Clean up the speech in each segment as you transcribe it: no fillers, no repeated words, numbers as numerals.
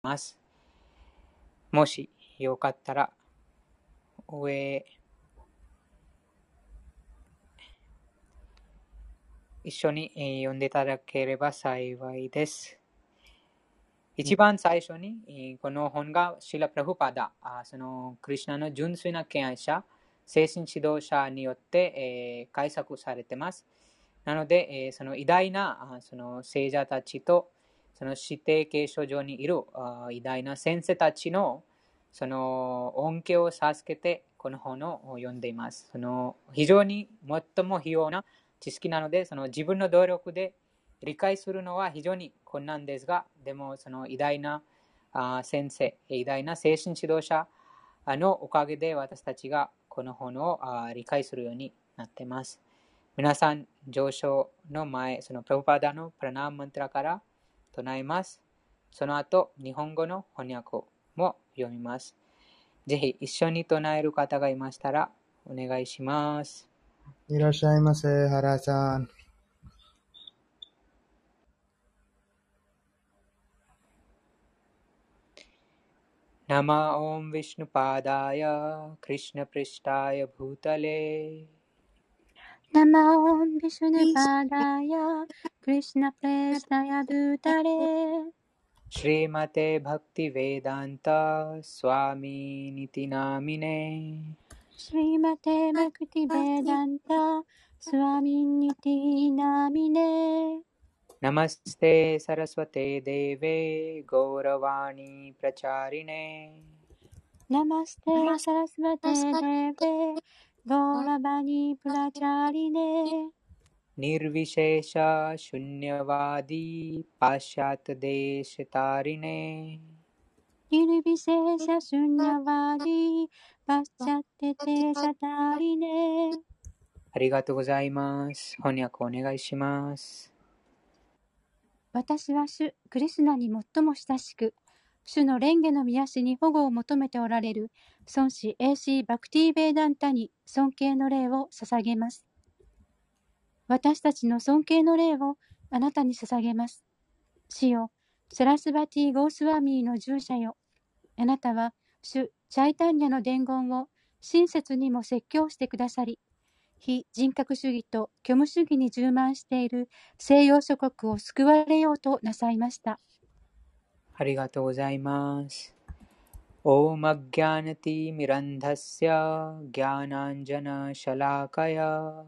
ます。もしよかったら上一緒に読んでいただければ幸いです。一番最初にこの本がシラ・プラフパダ、そのクリシュナの純粋な敬愛者、精神指導者によって解釈されています。なので、その偉大なその聖者たちとその指定継承上にいる偉大な先生たちのその恩恵を授けてこの本を読んでいます。その非常に最も必要な知識なので、その自分の努力で理解するのは非常に困難ですが、でもその偉大な先生、偉大な精神指導者のおかげで私たちがこの本を理解するようになっています。皆さん、上昇の前、そのプラブパダのプラナーマントラから唱えます。その後、日本語の翻訳も読みます。ぜひ一緒に唱える方がいましたらお願いします。 いらっしゃいませ、原さん。 ナマオンヴィシュヌパダヤクリシュナプリシタヤブータレナマオンビシュヌパダヤクリシュナプレスタヤブータレシリマテバクティヴェダンタスワミニティナミネシリマテバクティベダンタスワミニティナミネナマステサラスワテデヴェゴーラワニプラチャリネナマステサラスバテデベゴーラバニプラチャリネニルヴィシェシャシュニャワディパシャタデシタリネニルビセーシャシュニャワディパッチャテテサタリネ。 ありがとうございます。翻訳お願いします。 私は主クリシュナに最も親しく、主の蓮華の御足に保護を求めておられる孫子英師バクティ・ベーダンタに尊敬の礼を捧げます。私たちの尊敬の礼をあなたに捧げます。主よ、サラスバティ・ゴースワミーの従者よ。あなたは主チャイタンニャの伝言を親切にも説教してくださり、非人格主義と虚無主義に充満している西洋諸国を救われようとなさいました。 ありがとうございます。オーマギャナティミランダスヤギャナンジャナシャラカヤ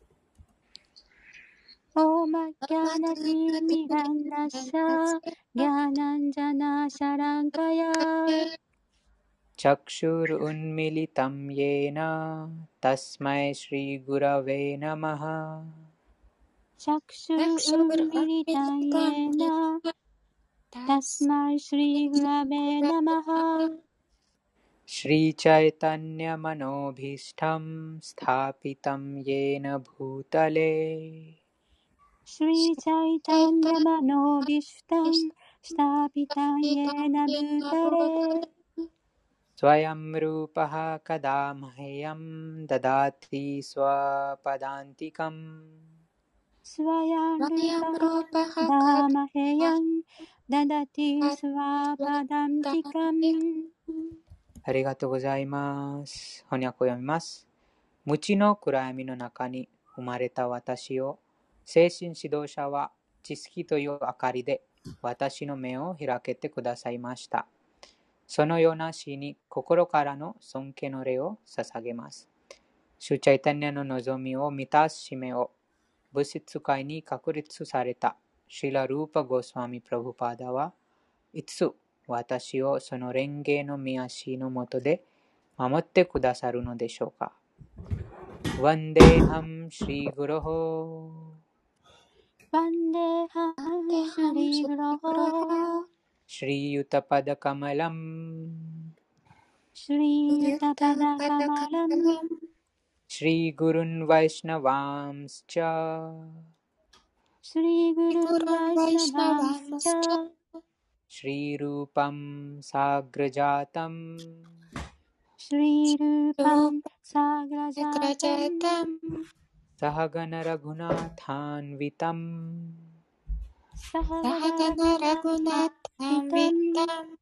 オーマッギャナティミランダッシャギャナンジャナシャランカヤチャクシュルウンミリタムイェナタスマイシリグラヴェナマハチャクシュウンミリタンイエナタスマイシリグラベナマハシリチャイタニャマノビスタムスタピタムイェナブータレシリチャイタンヤマノビシュタンスタピタンイエナブータレスワヤムルーパハカダマヘヤムダダティスワパダンティカムスワヤンルパハダマヘヤンダダティスワパダンティカン。 ありがとうございます。翻訳を読みます。無知の暗闇の中に生まれた私を、精神指導者は知識という明かりで私の目を開けてくださいました。そのような死に心からの尊敬の礼を捧げます。主チャイタニャの望みを満たす使命を物質界に確立されたシラ・ルーパ・ゴスワミ・プラブパーダはいつ私をその蓮華の御足のもとで守ってくださるのでしょうか。ワンデーハムシリグロホワンデーハンシュリグロホシリユタパダカマラムシュリユタパダカマラムシリグルンワイシナワムスチャシュリグルンワイシナワムスチャシリルーパムサグラジャータムシュリルーパンサグラジャータムサハガナラグナタンヴィタムサハガナラグナタンヴィタム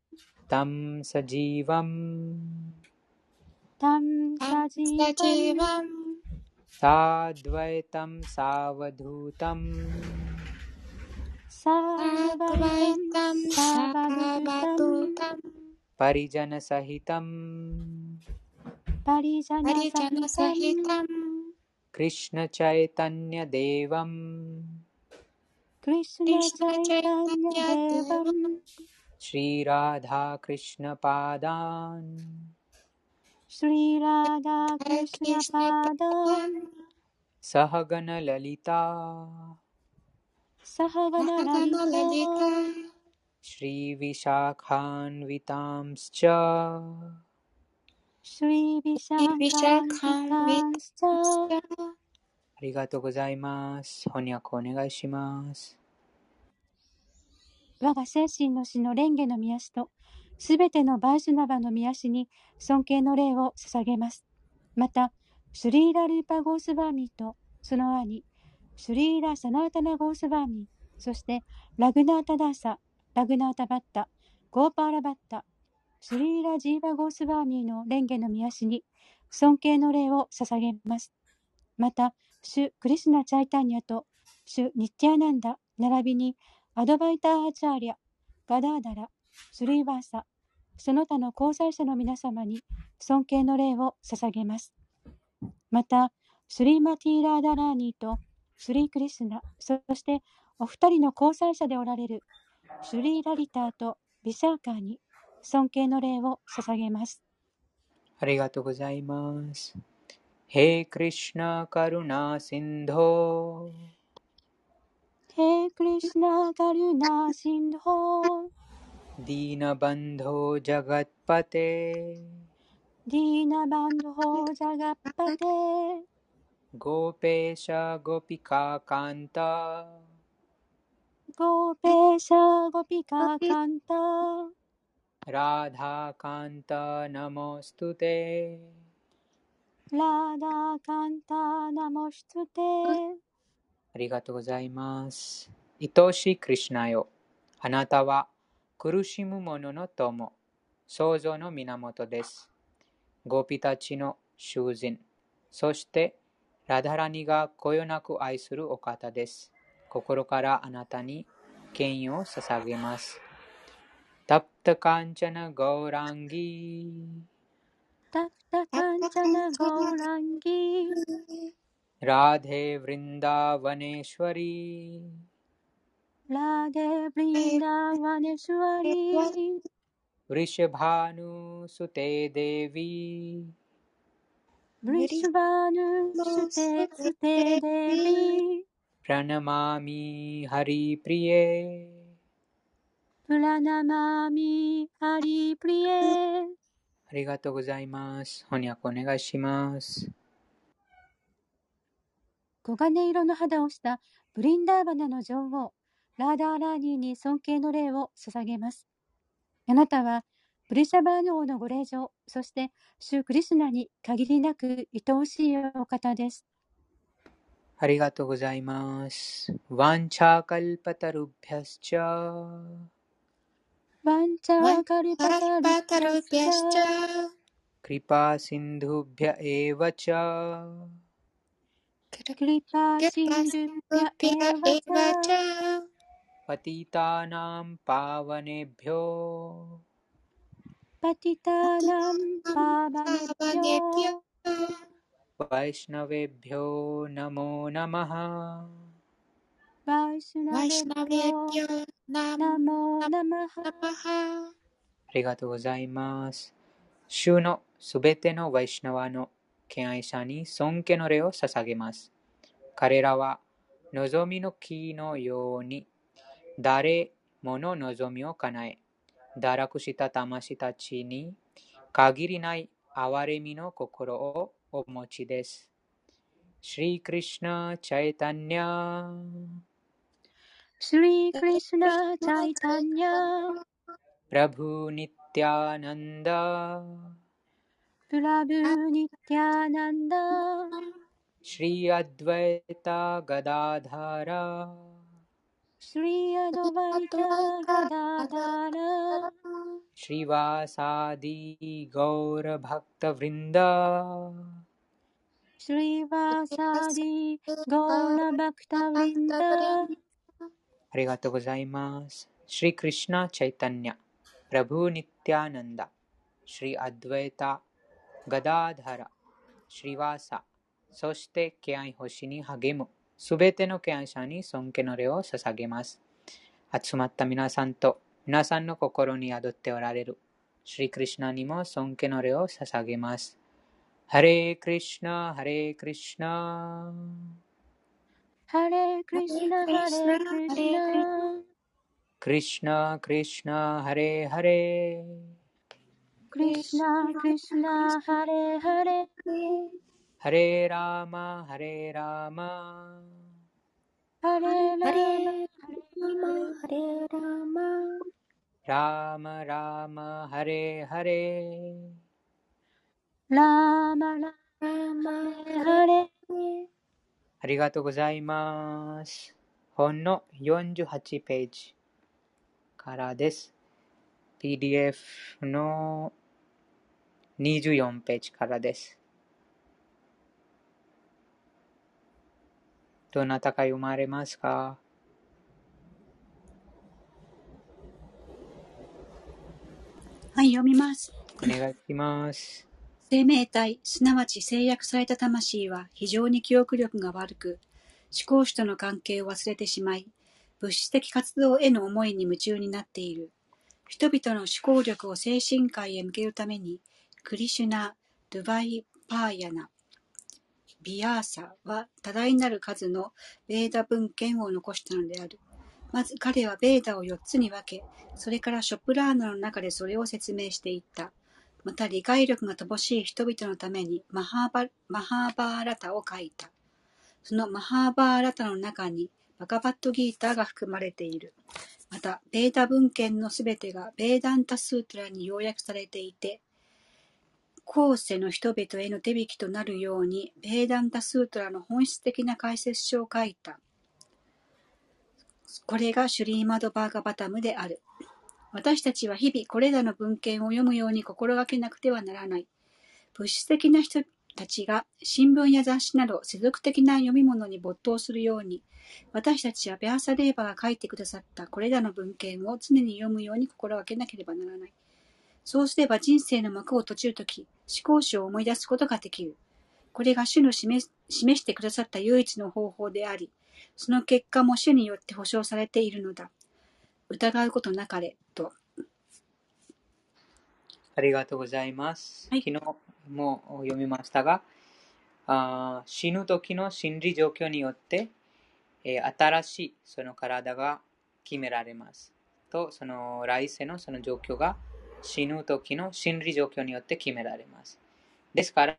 tam sajivam tam sajivam sadvaitam savadhutam sadvaitam savadhutam parijana sahitam parijana sahitam Krishna Chaitanya Devam Krishna Chaitanya Devam Shri Radha Krishna Padan Sri Radha Krishna Padam Sahagana Lalita Sahagana Lalita Shri Vishakhanvitamscha Sri Vishakhanvitanscha ありがとうございます。翻訳お願いします。 我が精神の師の蓮華の御足と、すべてのバイシュナバの御足に尊敬の礼を捧げます。また、シュリーラ・ルーパ・ゴースバーミーと、その兄、シュリーラ・サナータナ・ゴースバーミー、そしてラグナータ・ダーサ、ラグナータ・バッタ、ゴーパーラ・バッタ、シュリーラ・ジーバ・ゴースバーミーの蓮華の御足に尊敬の礼を捧げます。また、シュ・クリシュナ・チャイタニャと、シュ・ニッティアナンダ、並びに、アドバイター・アチャーリャ、ガダーダラ、スリーバーサ、その他の交際者の皆様に尊敬の礼を捧げます。また、スリーマティーラーダラーニーとスリークリスナ、そしてお二人の交際者でおられるシュリーラリターとビシャーカーに尊敬の礼を捧げます。 ありがとうございます。He Krishna Karuna Sindho He Krishna Karuna Sindho Dina Bandho Jagatpate Dina Bandho Jagapate Gopesha Gopika Kanta Gopesha Gopika Kanta Radha Kanta Namostute Radha Kanta Namostute ありがとうございます。愛しいクリシュナよ、あなたは苦しむ者の友、創造の源です。ゴピたちの囚人、そしてラダラニがこよなく愛するお方です。心からあなたに敬意を捧げます。タプタカンチャナゴーランギタプタカンチャナゴーランギラデヴリンダーヴァネシュワリラデヴリンダーワネシュワリヴリシャバヌステデビブリシュバヌシュテステデビプラナマミハリプリエプラナマミハリプリエありがとうございます。翻訳お願いします。 黄金色の肌をしたブリンダーバナの女王、ラーダーラーニーに尊敬の礼を捧げます。あなたは、ブリシャバーヌ王のご令嬢、そしてシュクリシュナに限りなく愛おしいお方です。 ありがとうございます。ワンチャーカルパタルビャスチャワンチャーカルパタルビャスチャクリパーシンドゥビャエヴァチャクリパーシンドゥビャエヴァチャパティタナムパワネビョパティタナムパバネビョワイシナヴェビョナモナマハバイシュナベビョナモナマハありがとうございます。主のすべてのワイシュナワの敬愛者に尊敬の礼を捧げます。彼らは望みの木のように誰もの望みを叶え、堕落した魂たちに限りない憐れみの心をお持ちです。シリー・クリシュナ・チャイタニャシリー・クリシュナ・チャイタニャプラブ・ニティアナンダプラブ・ニティアナンダシリー・アドヴァイタ・ガダーダーラシリアドバイタガダダラ श्रीवासादि गौरभक्तवृन्दा シリバサディゴーラバクタブリンダありがとうございます。シリクリシュナ・チャイタニャ、プラブニティアナンダ、シリアドゥエタ、ガダーダラ、シリワーサ、そして敬愛星に励むすべての敬愛者に尊敬の礼を捧げます。集まった皆さんと皆さんの心に宿っておられるシリクリシュナにも尊敬の礼を捧げます。ハレークリシュナ、ハレークリシュナ、 ハレクリシナハレクリシナクリシュナ、クリシュナ、ハレーハレー、 クリシナクリシナハレハレハレーラーマ、ハレーラーマ、 ハレラーマラーマラーマ、ハレーハレー、 ラーマラーマハレありがとうございます。本の48ページからです。PDF の24ページからです。どなたか読まれますか？ はい、読みます。 お願いします。 生命体、すなわち制約された魂は非常に記憶力が悪く、思考主との関係を忘れてしまい、物質的活動への思いに夢中になっている。人々の思考力を精神界へ向けるために、クリシュナ・ドゥバイ・パーヤナ・ビヤーサは多大なる数のベーダ文献を残したのである。まず彼はベーダを4つに分け、それからショプラーナの中でそれを説明していった。また理解力が乏しい人々のためにマハーバーラタを書いた。そのマハーバーラタの中にバガバットギーターが含まれている。また、ベーダ文献のすべてがベーダンタスートラに要約されていて、後世の人々への手引きとなるように、ベーダンタスートラの本質的な解説書を書いた。これがシュリーマド・バーガバタムである。私たちは日々これらの文献を読むように心がけなくてはならない。物質的な人たちが新聞や雑誌など世俗的な読み物に没頭するように、私たちはビャーサデーバが書いてくださったこれらの文献を常に読むように心がけなければならない。そうすれば人生の幕を閉じるとき、思考主を思い出すことができる。これが主の示してくださった唯一の方法であり、その結果も主によって保証されているのだ。疑うことなかれ、と。 ありがとうございます。 はい。 昨日も読みましたが、死ぬ時の心理状況によって、新しいその体が決められます。と、その来世のその状況が死ぬ時の心理状況によって決められます。ですから、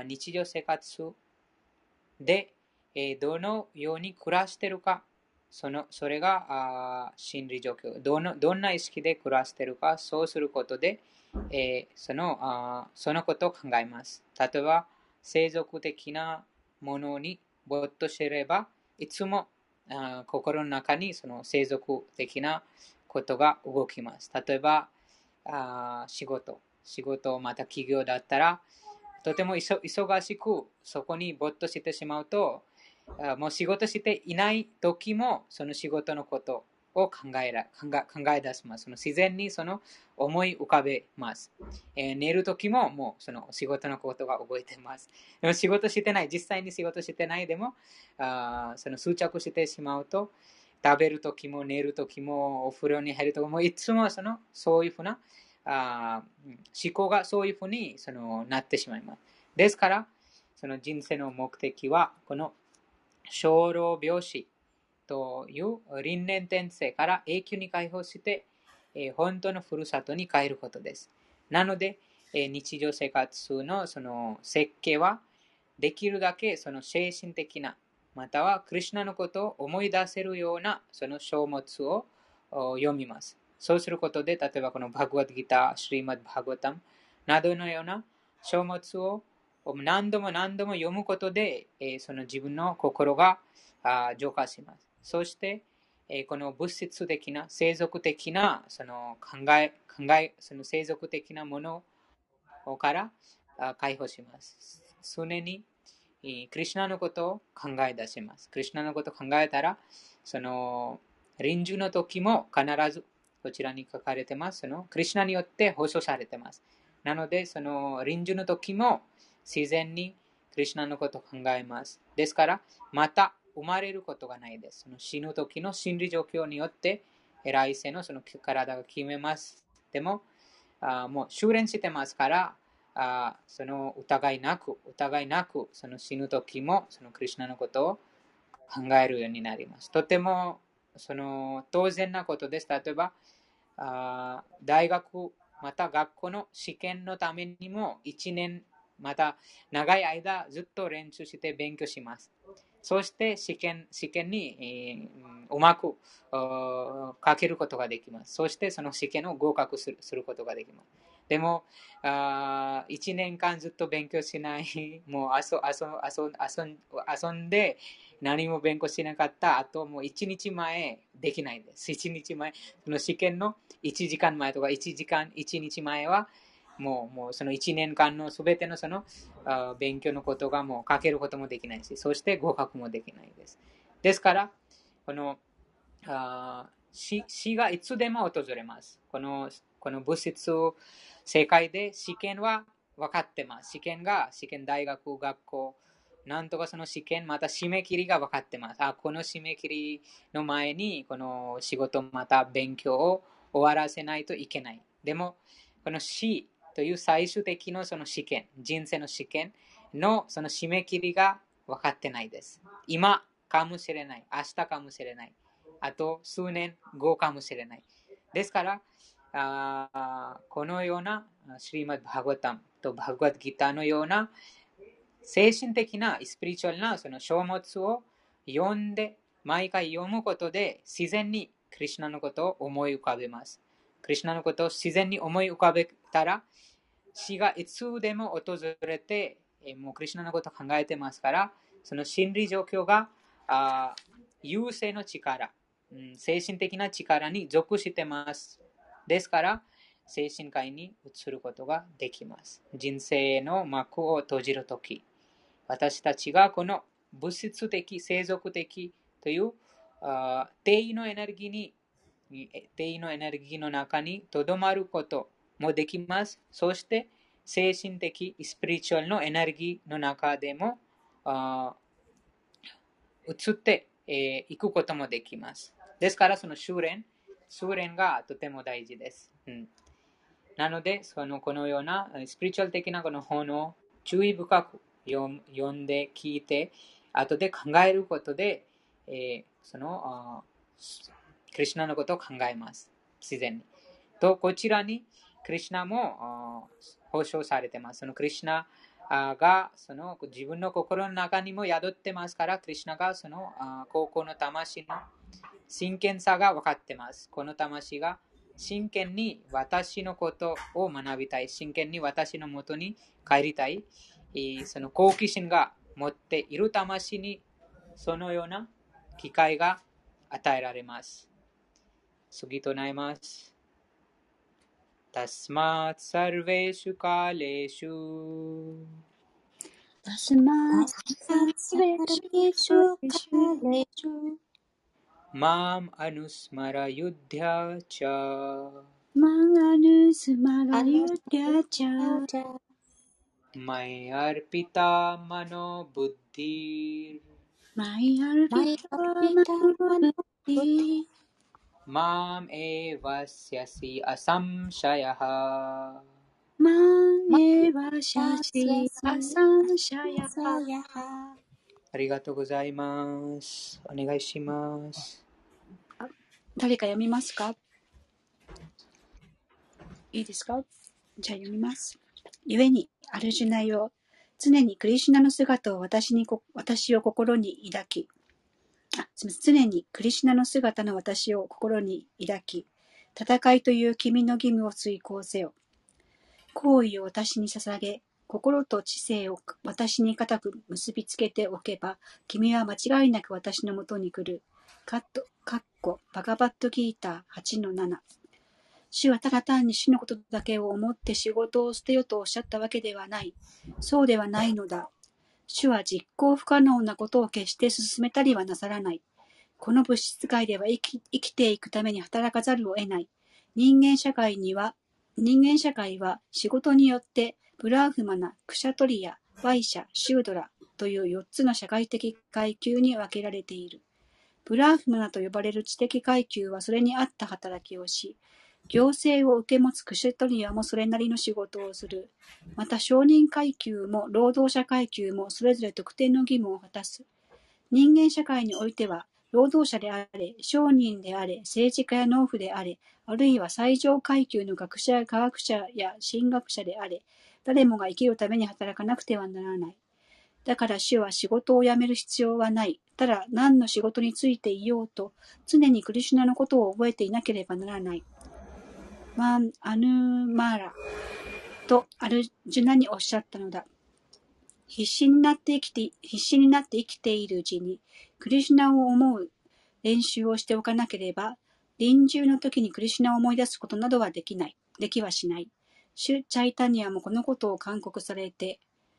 日常生活で、どのように暮らしているか、それが心理状況どんな意識で暮らしているか、そうすることで、そのことを考えます。例えば、世俗的なものに没頭していれば、いつも心の中にその世俗的なことが動きます。例えば、仕事、また企業だったら、とても忙しくそこに没頭してしまうと、もう仕事していない時もその仕事のことを考え出します。その自然にその思い浮かべます。寝る時ももうその仕事のことが覚えています。でも仕事してない、実際に仕事してないでも、その執着してしまうと、食べる時も寝る時もお風呂に入る時もいつもそういうふうな思考がそういうふうになってしまいます。ですから、その人生の目的は、この生老病死という輪廻転生から永久に解放して、本当のふるさとに帰ることです。なので、日常生活のその設計は、できるだけその精神的な、またはクリシュナのことを思い出せるようなその書物を読みます。そうすることで、例えばこのバグワッドギター、シュリーマッド・バグワタムなどのような書物を何度も読むことで、その自分の心が浄化します。そして、 この物質的な、世俗的なそのその世俗的なものから解放します。常にクリシュナのことを考え出します。クリシュナのことを考えたら、その臨終の時も必ずこちらに書かれてます。そのクリシュナによって保証されてます。なので、その臨終の時も自然にクリシュナのことを考えます。ですから、また生まれることがないです。その死ぬ時の心理状況によって来世のその体が決めます。でも、もう修練してますから、その疑いなく、その死ぬ時もそのクリシュナのことを考えるようになります。とてもその当然なことです。例えば、大学、また学校の試験のためにも1年、また長い間ずっと練習して勉強します。そして試験に、うまく書けることができます。そしてその試験を合格することができます。でも、1年間ずっと勉強しない、もう遊んで何も勉強しなかった、あともう1日前できないんです。1日前、その試験の1時間前とか1日前は、もうその1年間のすべてのその勉強のことがもう書けることもできないし、そして合格もできないです。ですから、この死がいつでも訪れます。この物質世界で試験は分かってます。試験、大学、学校、なんとかその試験、また締め切りが分かってます。この締め切りの前に、この仕事、また勉強を終わらせないといけない。でも、この死という最終的なその試験、人生の試験のその締め切りが分かってないです。今かもしれない、明日かもしれない、あと数年後かもしれない。ですから、このようなシリマッド・バーガヴァタムとバーガヴァッド・ギターのような精神的なスピリチュアルなその書物を読んで、毎回読むことで自然にクリシュナのことを思い浮かべます。クリシュナのことを自然に思い浮かべたら、死がいつでも訪れて、もうクリシュナのことを考えてますから、その心理状況が優勢の力、精神的な力に属してます。ですから、精神界に移ることができます。人生の幕を閉じるとき、私たちがこの物質的、世俗的という定位のエネルギーの中にとどまることもできます。そして精神的、スピリチュアルのエネルギーの中でも移っていくこともできます。ですからその修練がとても大事です。なのでこのようなスピリチュアル的なこの本を注意深く読んで聞いて、後で考えることで、そのクリシュナのことを考えます。自然に。と、こちらにクリシュナも保証されてます。そのクリシュナがその自分の心の中にも宿ってますから、クリシュナがその高校の魂の真剣さが分かってます。この魂が真剣に私のことを学びたい。真剣に私のもとに帰りたい。その好奇心が持っている魂にそのような機会が与えられます。次となります。タスマーツサルベーシュカレーシュタスマーツサルベーシュカレーシュマームアヌスマラユッディアチャマンアヌスマラユッディアチャマイアルピタマノブッディマイアルピタマノブッディマームエヴァシャシアサムシャヤハマンエヴァシャシアサムシャヤハ。 ありがとうございます。お願いします。 誰か読みますか？いいですか？じゃあ読みます。故に、アルジュナよ、常にクリシュナの姿を私を心に抱き、常にクリシュナの姿の私を心に抱き、戦いという君の義務を遂行せよ。行為を私に捧げ、心と知性を私に固く結びつけておけば、君は間違いなく私のもとに来る。 バガバットギーター 8-7。主はただ単に主のことだけを思って仕事を捨てよとおっしゃったわけではない。そうではないのだ。主は実行不可能なことを決して進めたりはなさらない。この物質界では生きていくために働かざるを得ない。人間社会は仕事によってブラーフマナ、クシャトリヤ、ワイシャ、シュードラという4つの社会的階級に分けられている。ブラーフマナと呼ばれる知的階級はそれに合った働きをし、行政を受け持つクシャトリヤもそれなりの仕事をする。また商人階級も労働者階級もそれぞれ特定の義務を果たす。人間社会においては、労働者であれ、商人であれ、政治家や農夫であれ、あるいは最上階級の学者や科学者や神学者であれ、誰もが生きるために働かなくてはならない。だから主は仕事を辞める必要はない。ただ何の仕事についていようと、常にクリシュナのことを覚えていなければならない。マン・アヌーマーラとアルジュナにおっしゃったのだ。必死になって生きているうちに、クリシュナを思う練習をしておかなければ、臨終の時にクリシュナを思い出すことなどはできはしない。シュ・チャイタニアもこのことを勧告されて、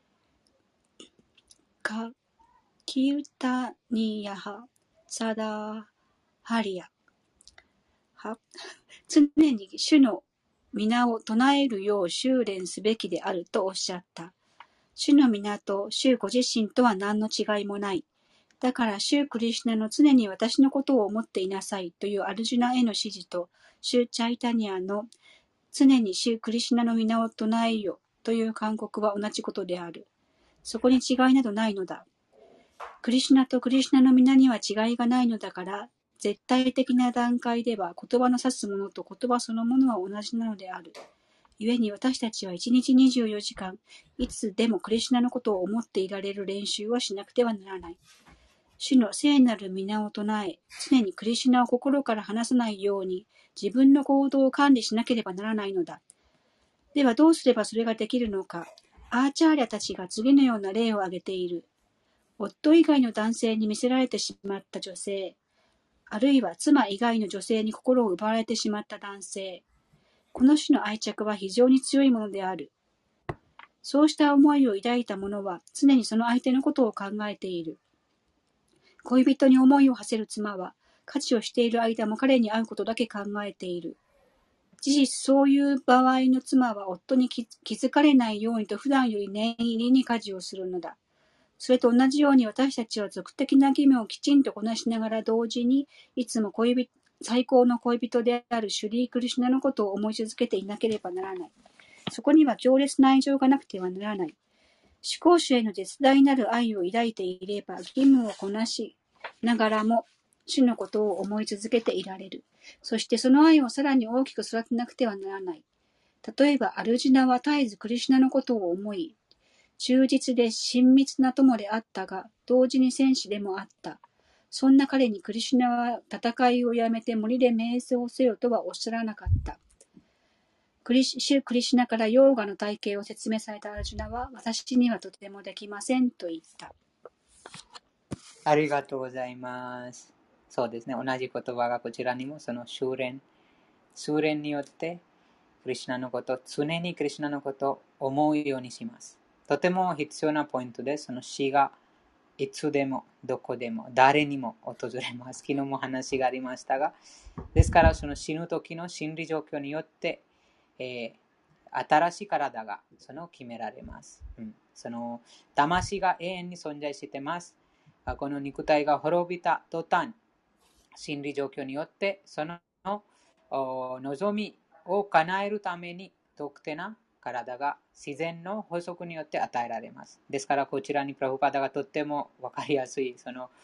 キルタニヤハ・サダーハリアは、常に主の皆を唱えるよう修練すべきであるとおっしゃった。主の皆と主ご自身とは何の違いもない。だから主クリシュナの常に私のことを思っていなさいというアルジュナへの指示と、主チャイタニアの常に主クリシュナの皆を唱えよという勧告は同じことである。そこに違いなどないのだ。クリシュナとクリシュナの皆には違いがないのだから、絶対的な段階では言葉の指すものと言葉そのものは同じなのである。故に私たちは一日24時間、いつでもクリシュナのことを思っていられる練習をしなくてはならない。主の聖なる皆を唱え、常にクリシュナを心から離さないように自分の行動を管理しなければならないのだ。ではどうすればそれができるのか。アーチャーリャたちが次のような例を挙げている。夫以外の男性に見せられてしまった女性、あるいは妻以外の女性に心を奪われてしまった男性。この種の愛着は非常に強いものである。そうした思いを抱いた者は常にその相手のことを考えている。恋人に思いを馳せる妻は、家事をしている間も彼に会うことだけ考えている。事実そういう場合の妻は夫に気づかれないようにと普段より念入りに家事をするのだ。それと同じように私たちは俗的な義務をきちんとこなしながら同時に、いつも最高の恋人であるシュリー・クリシュナのことを思い続けていなければならない。そこには強烈な愛情がなくてはならない。至高主への絶大なる愛を抱いていれば、義務をこなしながらも、主のことを思い続けていられる。そしてその愛をさらに大きく育てなくてはならない。例えば、アルジュナは絶えずクリシュナのことを思い、忠実で親密な友であったが、同時に戦士でもあった。そんな彼にクリシュナは戦いをやめて森で瞑想せよとはおっしゃらなかった。主クリシュナからヨーガの体系を説明されたアルジュナは、私にはとてもできませんと言った。 ありがとうございます。そうですね。同じ言葉がこちらにもその修練によってクリシュナのこと、常にクリシュナのことを思うようにします。とても必要なポイントです。その死がいつでもどこでも誰にも訪れます。昨日も話がありましたが、ですからその死ぬ時の心理状況によって、新しい体が決められます。その魂が永遠に存在しています。この肉体が滅びた途端、心理状況によってその望みを叶えるために特定な体が自然の法則によって与えられます。ですからこちらにプラフパダがとっても分かりやすいその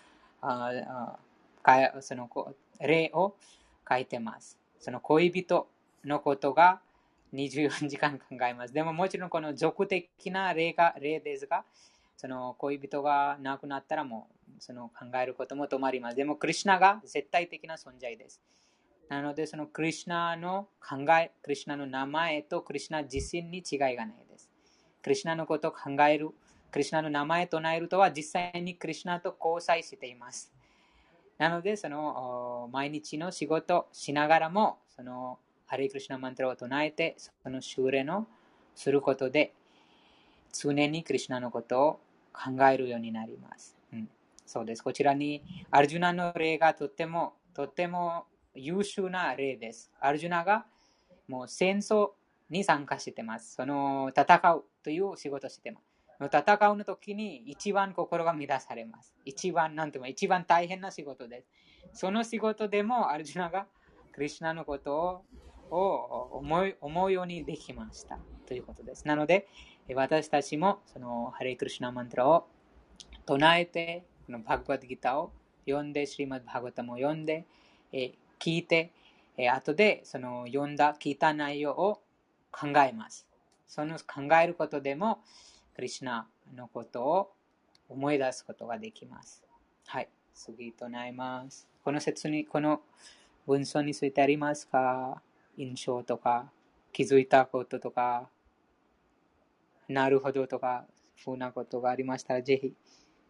例を書いてます。その恋人のことが24時間考えます。でももちろんこの俗的な例ですが、その恋人が亡くなったらもうその考えることも止まります。でもクリシュナが絶対的な存在です。なのでそのクリシュナの考え、クリシュナの名前とクリシュナ自身に違いがないです。クリシュナのことを考える、クリシュナの名前と唱えるとは実際にクリシュナと交際しています。 なので、その毎日の仕事しながらも、そのハレクリシュナマントラを唱えて、その修練をすることで、常にクリシュナのことを考えるようになります。そうです。こちらにアルジュナの例がとっても優秀な例です。アルジュナがもう戦争に参加しています。その戦うという仕事をしています。戦うの時に一番心が乱されます。一番大変な仕事です。その仕事でもアルジュナがクリシュナのことを思うようにできましたということです。なので私たちもそのハレクリシュナマントラを唱えて、このバグワッドギターを読んで、シリマッドバーガワタムを読んで、聞いて、後でその聞いた内容を考えます。その考えることでも、クリシュナのことを思い出すことができます。はい、次となります。この文章についてありますか？印象とか、気づいたこととか、なるほどとか、そんなことがありましたら、ぜひ。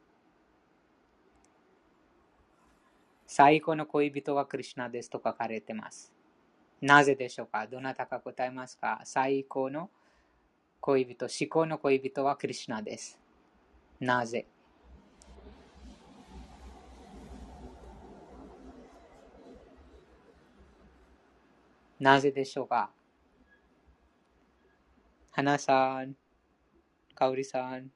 最高の恋人がクリシュナですと書かれています。なぜでしょうか？どなたか答えますか？最高の恋人、至高の恋人はクリシュナです。なぜ？なぜでしょうか？花さん、かおりさん、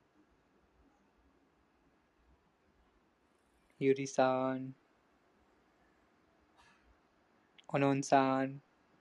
ゆりさん、おのんさん。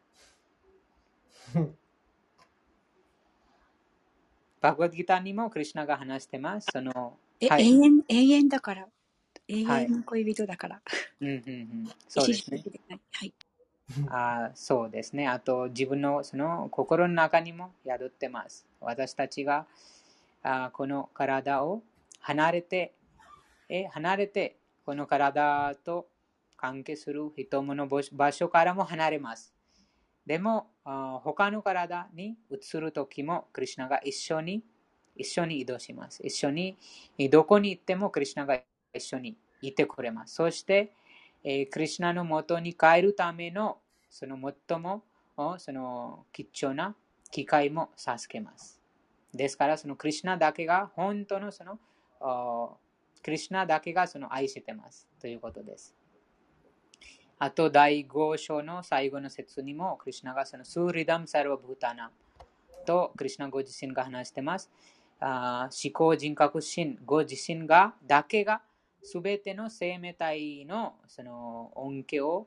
バグワッドギターにもクリシュナが話してます。その、はい、 永遠だから。永はい、 遠の恋人だから。 そうですね。 一時的でない。はい。 そうですね。あと、自分のその心の中にも宿ってます。私たちがこの体を離れて、この体と関係する人の場所からも離れます。でも、他の体に移るときも、クリシュナが一緒に移動します。一緒に、どこに行ってもクリシュナが一緒にいてくれます。そして、クリシュナの元に帰るための、その最も、その貴重な機会も授けます。ですから、そのクリシュナだけが、本当のその、クリシュナだけがその愛してますということです。あと、第5章の最後の節にも、クリシュナがそのスーリダムサルバブータナとクリシュナご自身が話しています。思考人格心ご自身だけがすべての生命体のその恩恵を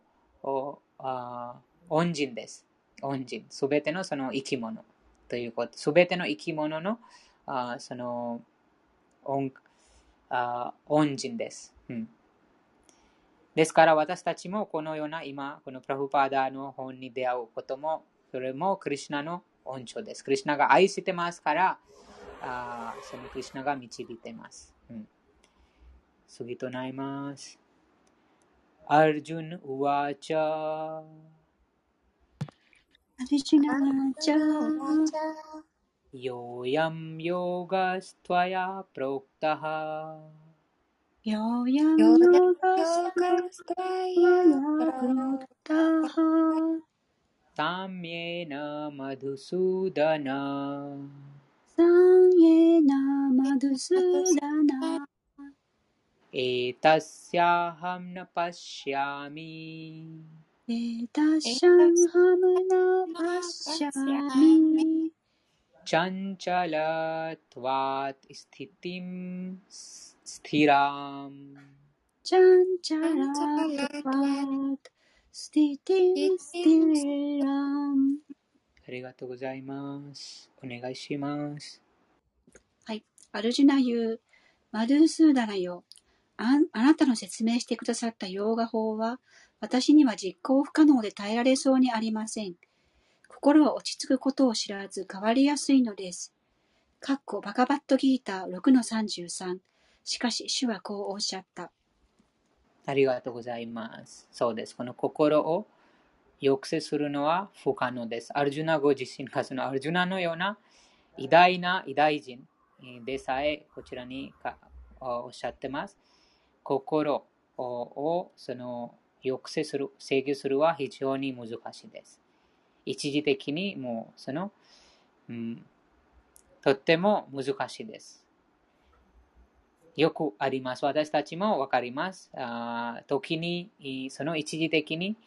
恩人です。恩人。すべてのその生き物ということ。すべての生き物のその恩人です。ですから私たちもこのような今、このプラフパーダの本に出会うことも、それもクリシュナの恩寵です。クリシュナが愛してますから、そのクリシュナが導いています。次となります。アルジュン・ウワーチャアルジュナワチャヨーヤムヨーガストワヤプロクタハヨーヤンヨガストワヤプロクタハサムエナマドゥスーダナサンエナマドゥスダナエタスヤハムナパシャミエタシャンハムナパッシャミチャンチャラトワッスティティムスティラムチャンチャラトワッスティティムスティラム。 ありがとうございます。お願いします。 はい。アルジュナ言う、マドゥースーダナよ。あなたの説明してくださったヨーガ法は、私には実行不可能で耐えられそうにありません。心は落ち着くことを知らず変わりやすいのです。バガバットギーター 6-33。しかし、主はこうおっしゃった。 ありがとうございます。そうです。この心を抑制するのは不可能です。アルジュナご自身がそのアルジュナのような偉大人でさえこちらにおっしゃってます。心を抑制する、制御するは非常に難しいです。一時的にもうとっても難しいです。よくあります。私たちもわかります。時に、一時的に、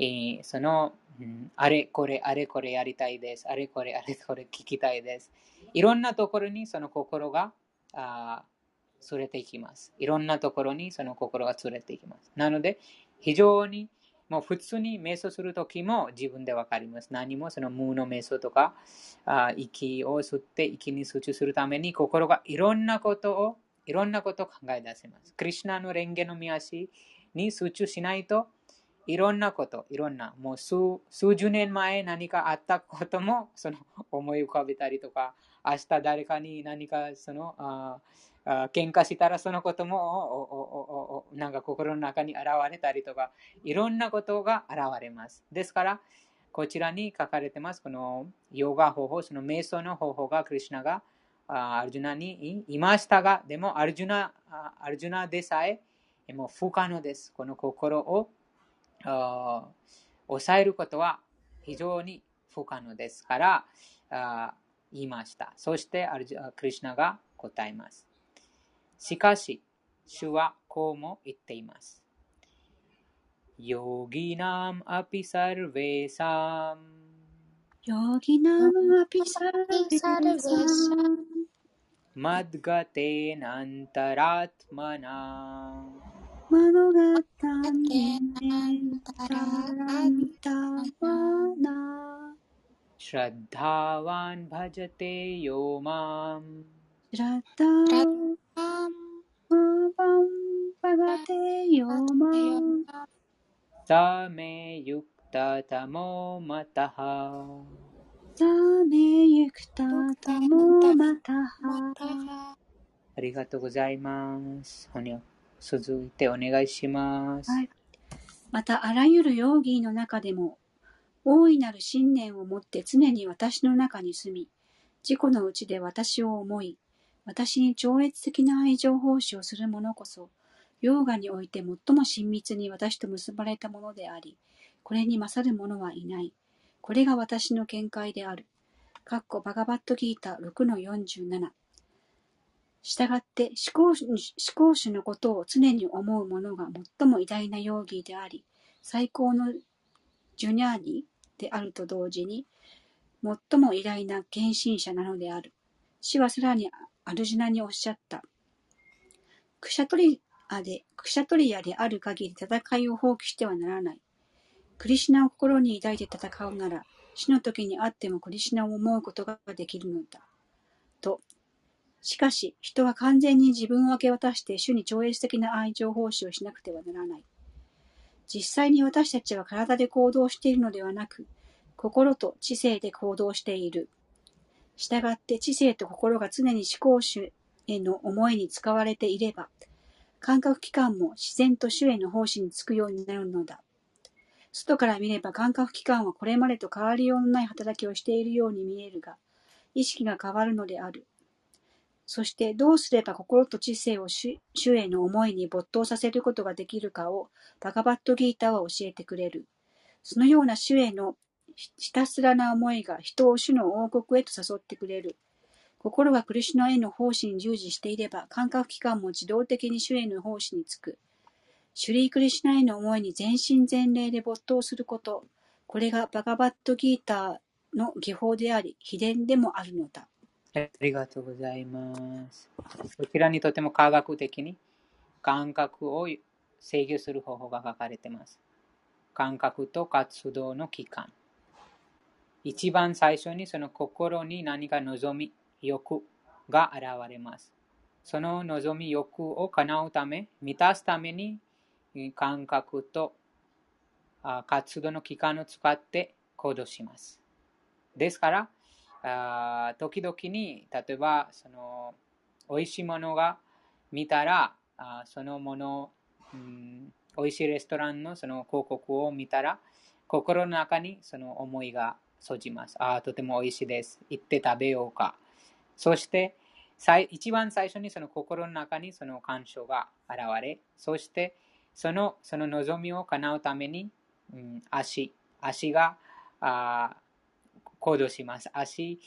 あれこれやりたいです。あれこれ聞きたいです。いろんなところにその心が連れていきます。いろんなところにその心が連れていきます。なので、非常にもう普通に瞑想するときも自分でわかります。何もその無の瞑想とか、息を吸って息に集中するために心がいろんなことを考え出せます。クリシュナの蓮華の御足に集中しないと、いろんなこと、もう数十年前何かあったことも思い浮かべたりとか、明日誰かに何か喧嘩したらそのこともなんか心の中に現れたりとか、いろんなことが現れます。ですから、こちらに書かれてます、このヨガ方法、その瞑想の方法がクリシュナがアルジュナに言いましたが、でもアルジュナでさえもう不可能です。この心を抑えることは非常に不可能ですから言いました。そしてクリシュナが答えます。しかし、主はこうも言っています。ヨギナムアピサルベーサムヨギナムアピサルベサンマッガテナンタラトマナマノガタネタランタマナシラッダワンバジャテヨマムシラタマバンバガテヨマサメユクタタモマタハサメユクタタモマタハ。 ありがとうございます。続いてお願いします。 はい、またあらゆるヨーギーの中でも大いなる信念を持って常に私の中に住み、自己のうちで私を思い、私に超越的な愛情奉仕をする者こそ、ヨーガにおいて最も親密に私と結ばれたものであり、これに勝る者はいない。これが私の見解である。バガバットギータ 6-47。したがって思考主のことを常に思う者が最も偉大なヨーギーであり、最高のジュニャーニであると同時に、最も偉大な献身者なのである。死はさらにアルジュナにおっしゃった。クシャトリアである限り戦いを放棄してはならない。クリシュナを心に抱いて戦うなら、死の時にあってもクリシュナを思うことができるのだ。と。しかし、人は完全に自分を明け渡して主に超越的な愛情奉仕をしなくてはならない。実際に私たちは体で行動しているのではなく、心と知性で行動している。したがって知性と心が常に思考主への思いに使われていれば、感覚器官も自然と主への奉仕につくようになるのだ。外から見れば感覚器官はこれまでと変わりようのない働きをしているように見えるが、意識が変わるのである。そしてどうすれば心と知性を主への思いに没頭させることができるかをバガバットギータは教えてくれる。そのような主へのひたすらな思いが人を主の王国へと誘ってくれる。心がクリシュナへの奉仕に従事していれば、感覚器官も自動的に主への奉仕につく。シュリークリシュナへの思いに全身全霊で没頭すること。これがバガバットギータの技法であり、秘伝でもあるのだ。 ありがとうございます。こちらにとても科学的に感覚を制御する方法が書かれています。感覚と活動の期間。一番最初にその心に何か望み、欲が現れます。その望み、欲を叶うため、満たすために感覚と活動の期間を使って行動します。ですから、時々に例えばおいしいものが見たらそのもの、おいしいレストランのその広告を見たら心の中にその思いが生じます。とてもおいしいです。行って食べようか。そして一番最初にその心の中にその感情が現れ、そしてその望みを叶うために、足が行動します。足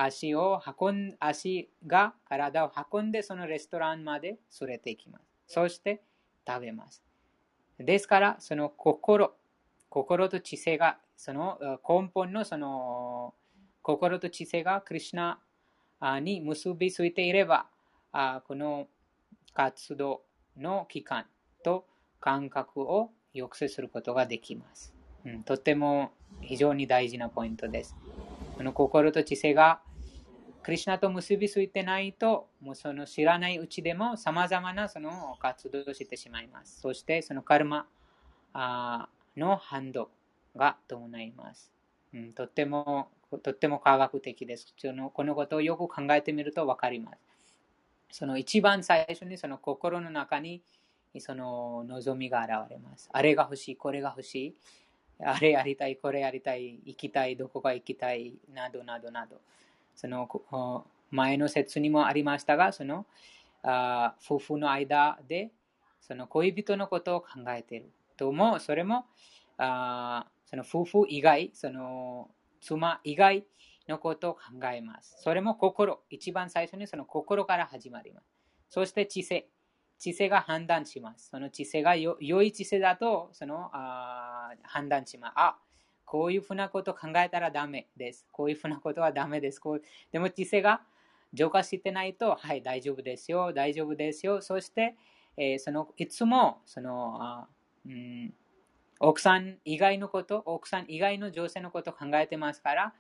が体を運んでそのレストランまで連れて行きます。そして食べます。ですから、その心と知性が、その根本のその心と知性がクリシュナに結びついていれば、この活動の期間と感覚を抑制することができます。とても非常に大事なポイントです。この心と知性がクリシュナと結びついてないと、もうその知らないうちでも様々なその活動をしてしまいます。そしてそのカルマの反動が伴います。とっても科学的です。このことをよく考えてみると分かります。その一番最初にその心の中にその望みが現れます。あれが欲しい、これが欲しい、あれやりたい、これやりたい、行きたい、どこか行きたい、などなどなど。その前の説にもありましたが、その夫婦の間でその恋人のことを考えているとも、それもその夫婦以外、その妻以外のことを考えます。それも一番最初にその心から始まります。そして知性が判断します。その知性が良い知性だとその判断します。こういうふうなことを考えたらダメです。こういうふうなことはダメです。でも知性が浄化してないと、はい、大丈夫ですよ、大丈夫ですよ。そして、いつもその奥さん以外の女性のことを考えてますから、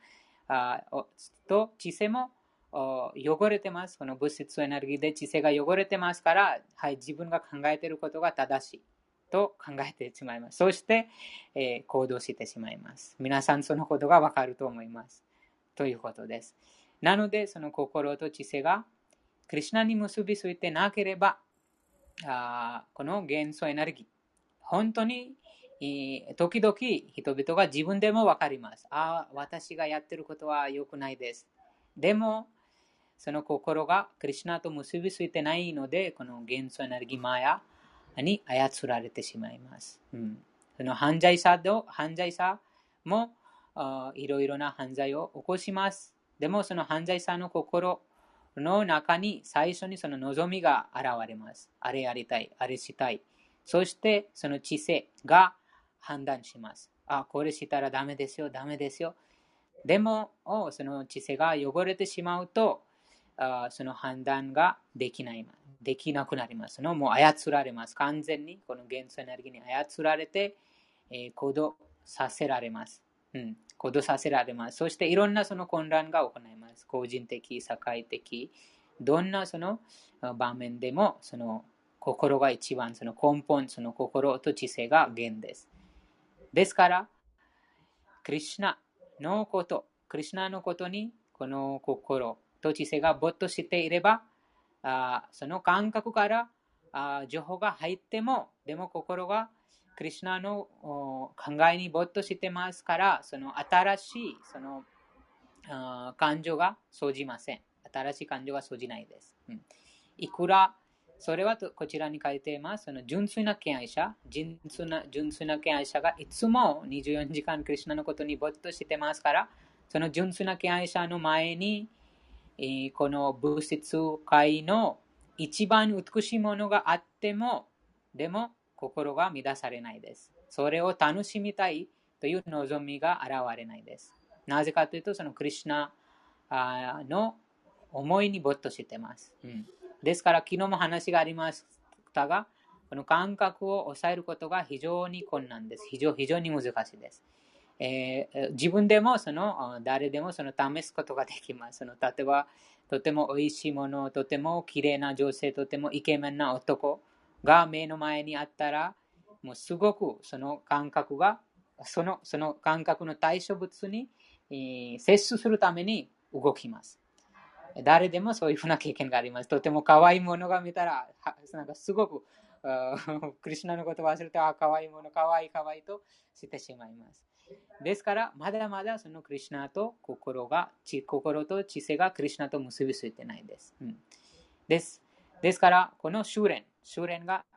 知性も汚れてます。この物質エネルギーで知性が汚れてますから、はい、自分が考えていることが正しいと考えてしまいます。そして、行動してしまいます。皆さんそのことがわかると思います。ということです。なので、その心と知性がクリシュナに結びついてなければ、この元素エネルギー、本当に時々人々が自分でも分かります。私がやってることは良くないです。でも、その心がクリシュナと結びついてないので、この元素エネルギーマヤに操られてしまいます。その犯罪者もいろいろな犯罪を起こします。でもその犯罪者の心の中に最初にその望みが現れます。あれやりたい、あれしたい。そしてその知性が判断します。これしたらダメですよ、ダメですよ。でもその知性が汚れてしまうと、その判断ができなくなります。もう操られます。完全にこの元素エネルギーに操られて、行動させられます。行動させられます。そしていろんなその混乱が行います。個人的、社会的、どんなその場面でもその心が一番その根本、その心と知性が源です。ですから、クリシュナのことにこの心と知性が没頭していれば、その感覚から情報が入っても、でも心がクリシュナの考えに没頭してますから、その新しいその感情が生じません。新しい感情が生じないです。いくらそれはこちらに書いています。その純粋な敬愛者がいつも24時間クリシュナのことに没頭してますから、その純粋な敬愛者の前に、この物質界の一番美しいものがあっても、でも心が乱されないです。それを楽しみたいという望みが現れないです。なぜかというと、そのクリシュナの思いに没頭しています。ですから、昨日も話がありましたが、この感覚を抑えることが非常に困難です。非常に難しいです。自分でも誰でも試すことができます。例えば、とても美味しいもの、とても綺麗な女性、とてもイケメンな男が目の前にあったら、もうすごくその感覚が、その感覚の対象物に接するために動きます。誰でもそういうふうな経験があります。とても可愛いものが見たら、なんかすごくクリシュナのことを忘れて、可愛いもの、可愛いとしてしまいます。ですから、まだまだそのクリシュナと心と知性がクリシュナと結びついてないです。ですから、この修練が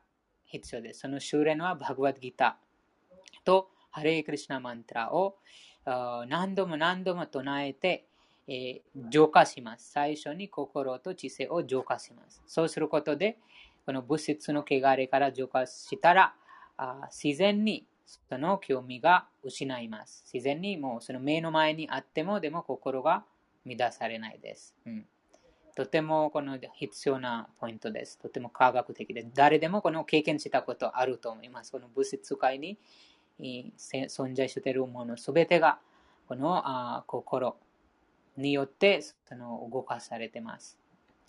必要です。その修練はバグワッドギータとハレークリシュナマントラを何度も何度も唱えて、浄化します。最初に心と知性を浄化します。そうすることで、この物質の汚れから浄化したら、自然にその興味が失います。自然にもうその目の前にあっても、でも心が乱されないです。とてもこの必要なポイントです。とても科学的で、誰でもこの経験したことあると思います。この物質界に存在しているものすべてがこの心によってその動かされています。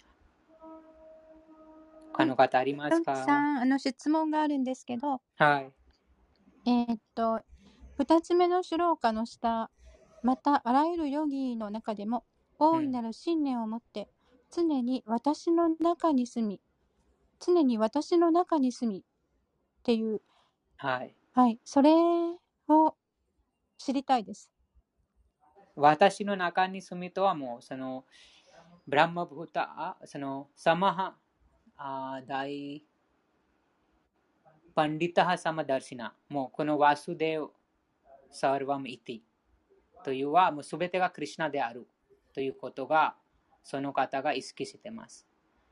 他の方ありますか？ さん、質問があるんですけど、 はい。 2つ目のシュローカの下、またあらゆるヨギの中でも大いなる信念を持って、常に私の中に住みっていう、 はい。 はい、それを知りたいです。 私の中に住みとはもうそのブラマブータ、そのサマハ大パンディタハサマダーシナ、もうこのワスデウサーヴァムイティというはもうすべてがクリシナであるということがその方が意識しています。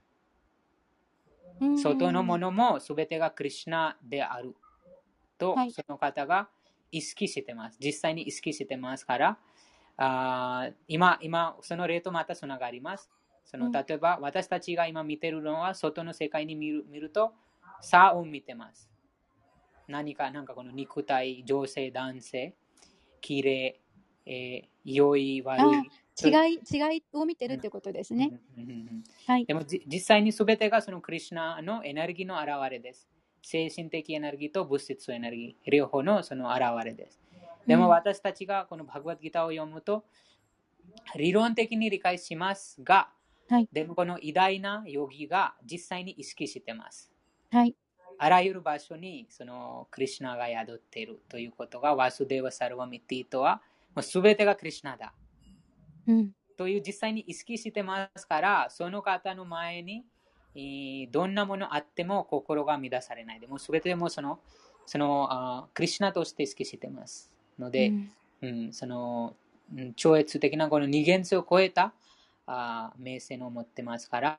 外のものもすべてがクリシナであるとその方が意識しています。実際に意識していますから、今その例とまたつながります。例えば私たちが今見ているのは外の世界に見ると差を見ています。何かこの肉体、女性、男性、綺麗、良い、悪い。 違いを見てるってことですね。 でも実際に全てがそのクリシュナのエネルギーの表れです。精神的エネルギーと物質エネルギー、両方のその表れです。でも私たちがこのバグワッドギターを読むと、理論的に理解しますが、でもこの偉大なヨギが実際に意識しています。あらゆる場所にそのクリシュナが宿っているということが、ワスデーワ・サルワミティとは、すべてがクリシュナだ。という実際に意識してますから、その方の前にどんなものあっても心が乱されないで、もうすべてもそのクリシュナとして意識してますので、その超越的なこの二元性を超えた名声を持ってますから、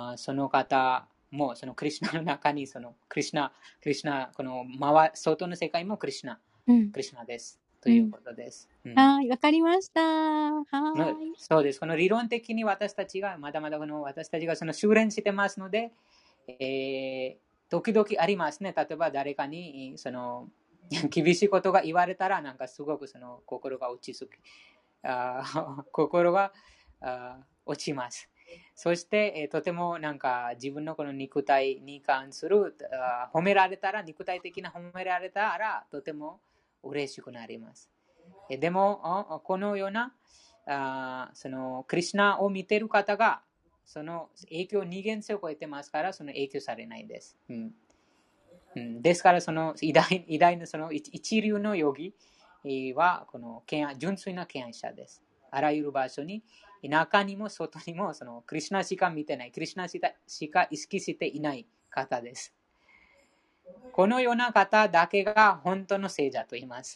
その方もそのクリシュナの中にそのクリシュナこの外の世界もクリシュナです。ということです。 はい、わかりました。 そうです。この理論的に私たちがまだまだ私たちがその修練してますので、時々ありますね。例えば誰かにその厳しいことが言われたらすごくその心が落ち着き、心が落ちます。そして、とても自分のこの肉体に関する褒められたら、肉体的な褒められたらとても嬉しくなります。でもこのようなそのクリシュナを見ている方がその影響二元性を超えてますから、その影響されないです。ですからその偉大なその一流のヨギはこの純粋な敬愛者です。あらゆる場所に中にも外にもそのクリシュナしか見てない、クリシュナしか意識していない方です。このような方だけが本当の聖者と言います。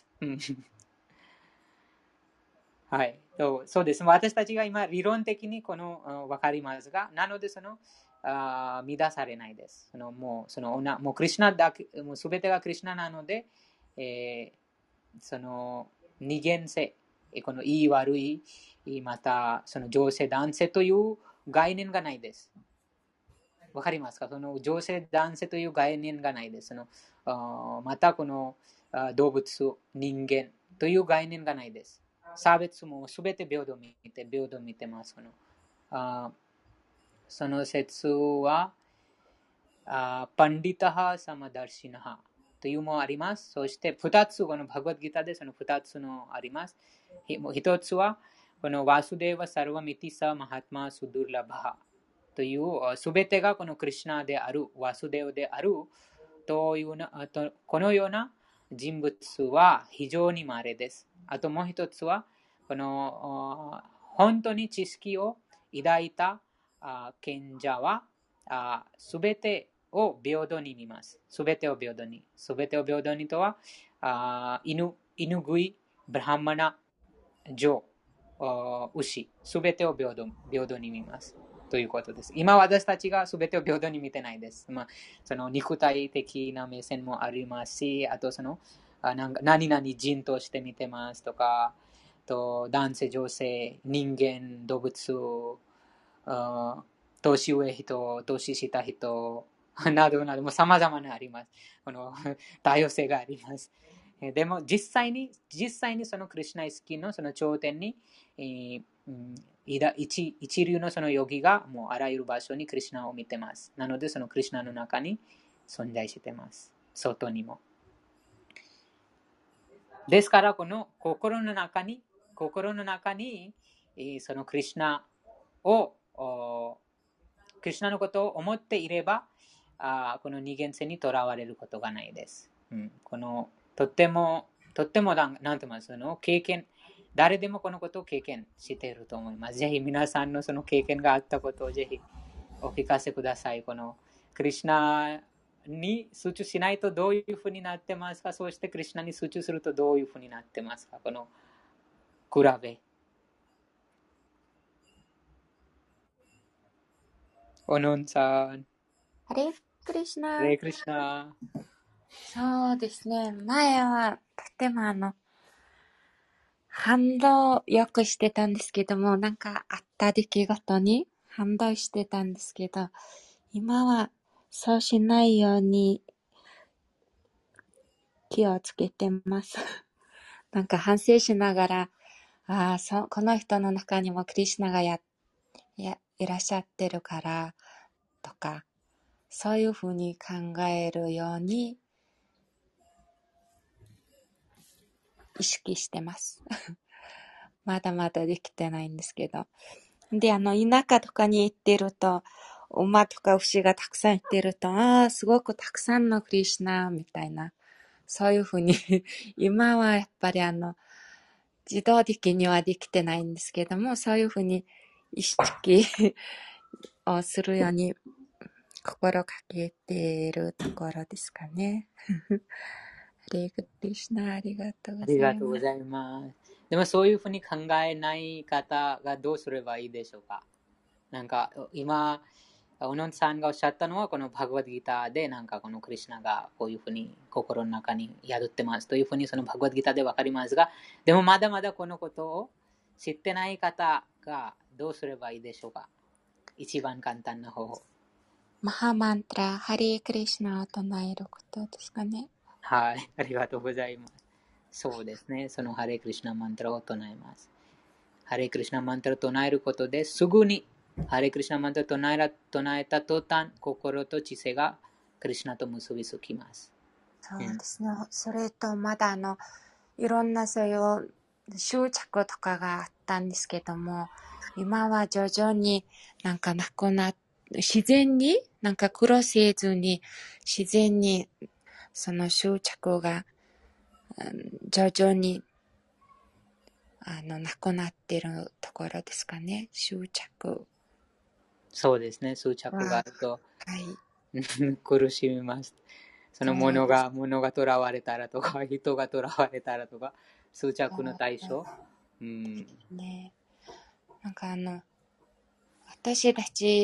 はい、そうです。私たちが今理論的に分かりますが、なのでその乱されないです。もうクリシュナだけ、もう全てがクリシュナなので、その二元性、このいい悪い、またその女性男性という概念がないです。わかりますか？その女性男性という概念がないです。またこの動物、人間という概念がないです。差別もすべて平等見てます。その説はパンディタハ・サマダルシナハというもあります。そして2つ、このバグワッドギターでその2つのあります。1つはこのワスデーワ・サルワミティサ・マハトマ・スドゥルラバハというすべてがこのクリシュナである、ワスデーワであるというこのような人物は非常に稀です。あともう一つはこの本当に知識を抱いた賢者はすべてを平等に見ます。すべてを平等に。すべてを平等にとは、犬食い、ブラハマナ、象、牛、すべてを平等に見ます。ということです。今私たちがすべてを平等に見てないです。その肉体的な目線もありますし、あと何々人として見てますとか、男性、女性、人間、動物、年上人、年下人、などなども様々なあります。この多様性があります。でも実際にそのクリシュナ意識のその頂点に、一流のそのヨギがもうあらゆる場所にクリシュナを見てます。なのでそのクリシュナの中に存在してます。外にも。ですからこの心の中にそのクリシュナをクリシュナのことを思っていれば、この二元性にとらわれることがないです。このとってもなんて言いますの経験、誰でもこのことを経験していると思います。ぜひ皆さんのその経験があったことをぜひお聞かせください。このクリシュナに集中しないとどういうふうになってますか、そしてクリシュナに集中するとどういうふうになってますか、この比べ。おのんさん。 ハレークリシュナ。 ハレークリシュナ。 そうですね。前はとても反応よくしてたんですけども、なんかあった出来事に反応してたんですけど、今はそうしないように気をつけてます。なんか反省しながら、この人の中にもクリシュナがいらっしゃってるからとか、そういうふうに考えるように意識してます。まだまだできてないんですけど。で、田舎とかに行ってると、馬とか牛がたくさん行ってると、すごくたくさんのクリシュナみたいな、そういうふうに今はやっぱり自動的にはできてないんですけども、そういうふうに意識をするように心がけているところですかね。ハレクリシュナ、ありがとうございます。 ありがとうございます。でもそういうふうに考えない方がどうすればいいでしょうか。なんか今、おのんさんがおっしゃったのはこのバグワッドギーターでなんかこのクリシュナがこういうふうに心の中に宿ってますというふうにそのバグワッドギーターでわかりますが、でもまだまだこのことを知ってない方がどうすればいいでしょうか。一番簡単な方法。 マハマントラ、ハレークリシュナを唱えることですかね。 はい、ありがとうございます。そうですね。そのハレークリシュナマントラを唱えます。ハレークリシュナマントラを唱えることですぐにハレークリシュナマントラを唱えた途端、心と知性がクリシュナと結びつきます。 そうですね。それとまだいろんなそういう執着とかがあったんですけども、今は徐々になんかなくなって、自然になんか苦労せずに自然にその執着が徐々になくなっているところですかね。執着。 そうですね。執着があると、 はい、 苦しみます。その物が囚われたらとか、人が囚われたらとか、執着の対象。 ね、なんか私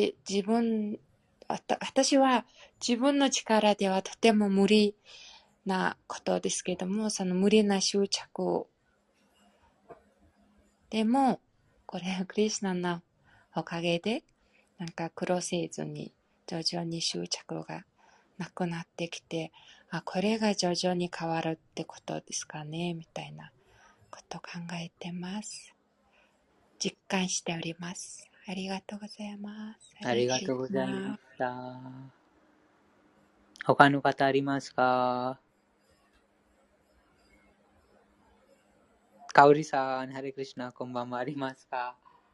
は自分の力ではとても無理なことですけども、その無理な執着でも、これはクリシュナのおかげで、なんか苦労せずに徐々に執着がなくなってきて、これが徐々に変わるってことですかね、みたいなことを考えてます。実感しております。ありがとうございます。 ありがとうございました。他の方ありますか？かおりさん、ハレクリシュナ、こんばんはありますか？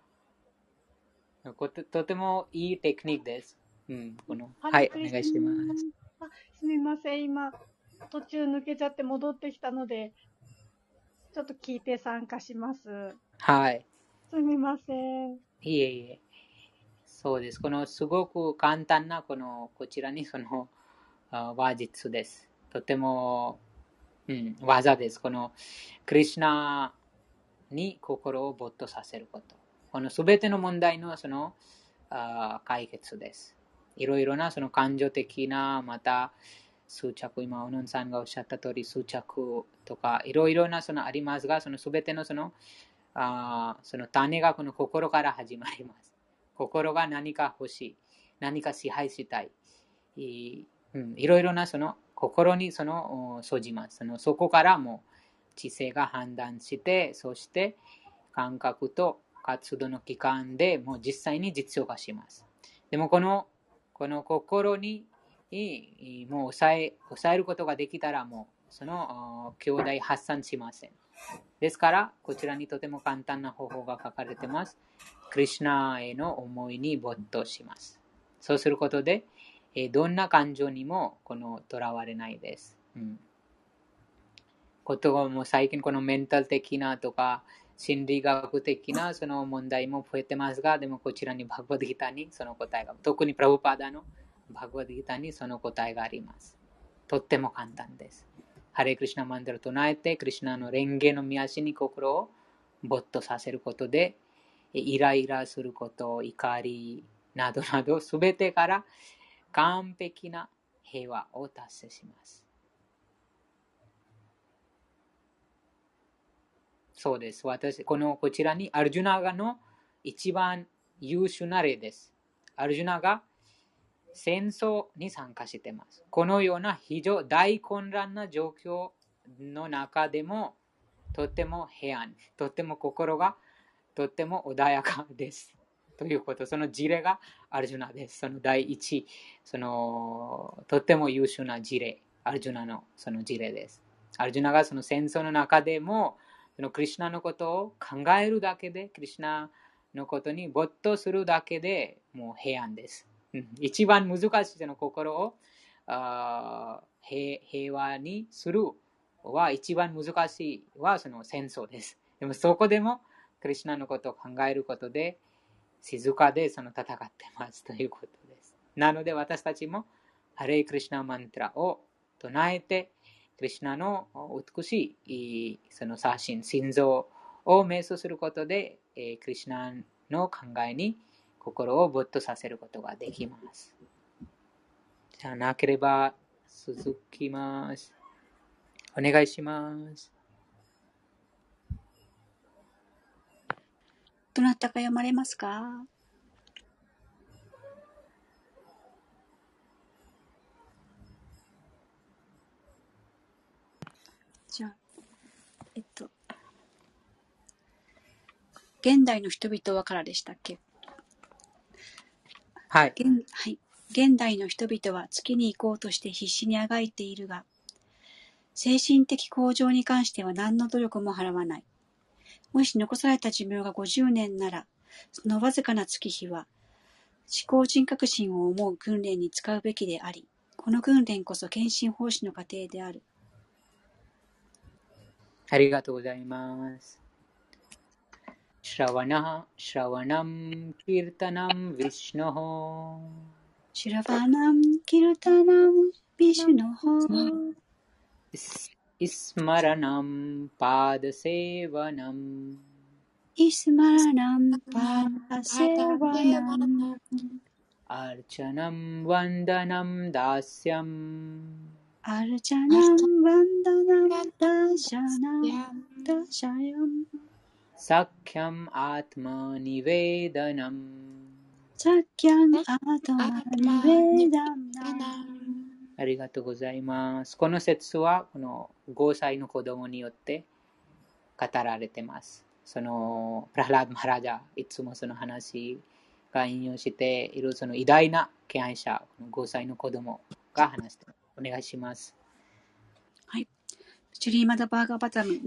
とてもいいテクニックです。はい、お願いします。 すみません、今、途中抜けちゃって戻ってきたので、ちょっと聞いて参加します。 はい。 すみません。 いえいえ。 そうです。このすごく簡単なこちらに話術です。とても、技です。このクリシュナに心を没頭させること。このすべての問題の解決です。いろいろな感情的な、また執着、今、オノンさんがおっしゃった通り、執着とか、いろいろなありますが、すべての種がこの心から始まります。心が何か欲しい、何か支配したい、いろいろな心に生じます。そこからも知性が判断して、そして感覚と活動の期間でもう実際に実用化します。でもこの心にもう抑えることができたら、もう兄弟発散しません。ですからこちらにとても簡単な方法が書かれています。クリシュナへの思いに没頭します。そうすることでどんな感情にもとらわれないです。ことも最近このメンタル的なとか心理学的な問題も増えてますが、でもこちらにバガヴァッドギータにその答えが、特にプラブパダのバガヴァッドギータにその答えがあります。とっても簡単です。ハレクリシュナマンダラを唱えて、クリシュナの蓮華の御足に心を没頭させることで、イライラすること、怒りなどなどすべてから完璧な平和を達成します。そうです。こちらにアルジュナの一番優秀な例です。アルジュナが戦争に参加しています。このような非常大混乱な状況の中でもとっても平安、とっても心がとっても穏やかです。ということ、その事例がアルジュナです。その第一、とっても優秀な事例、アルジュナのその事例です。アルジュナがその戦争の中でも、クリシュナのことを考えるだけで、クリシュナのことに没頭するだけでもう平安です。一番難しい心を平和にするは一番難しいはその戦争です。でもそこでもクリシュナのことを考えることで静かで戦ってますということです。なので私たちもハレイクリシュナマントラを唱えて、クリシュナの美しいその写真、心臓を瞑想することで、クリシュナの考えに心を没頭させることができます。じゃあなければ続きます。お願いします。 どなたか読まれますか？じゃあ、現代の人々はからでしたっけ？ はい。 現代の人々は月に行こうとして必死にあがいているが、精神的向上に関しては何の努力も払わない。もし残された寿命が50年なら、そのわずかな月日は、思考人格心を思う訓練に使うべきであり、この訓練こそ献身奉仕の過程である。 ありがとうございます。シラワナムキルタナムヴィシュノホシュラバナムキルタナムヴィシュノホイスマラナムパーダセワナムイスマラナムパーダセワナムアルチャナムワンダナムダシャムアルチャナムワンダナムダシャナムダシャヤムサキャムアートマニベダナムサキャムアートマニベダナム。 ありがとうございます。この説はこの5歳の子供によって語られています。プラハラード・マハラジャ、いつもその話が引用しているその偉大な敬愛者、5歳の子供が話しています。お願いします。 はい。シュリーマダ・バーガバタム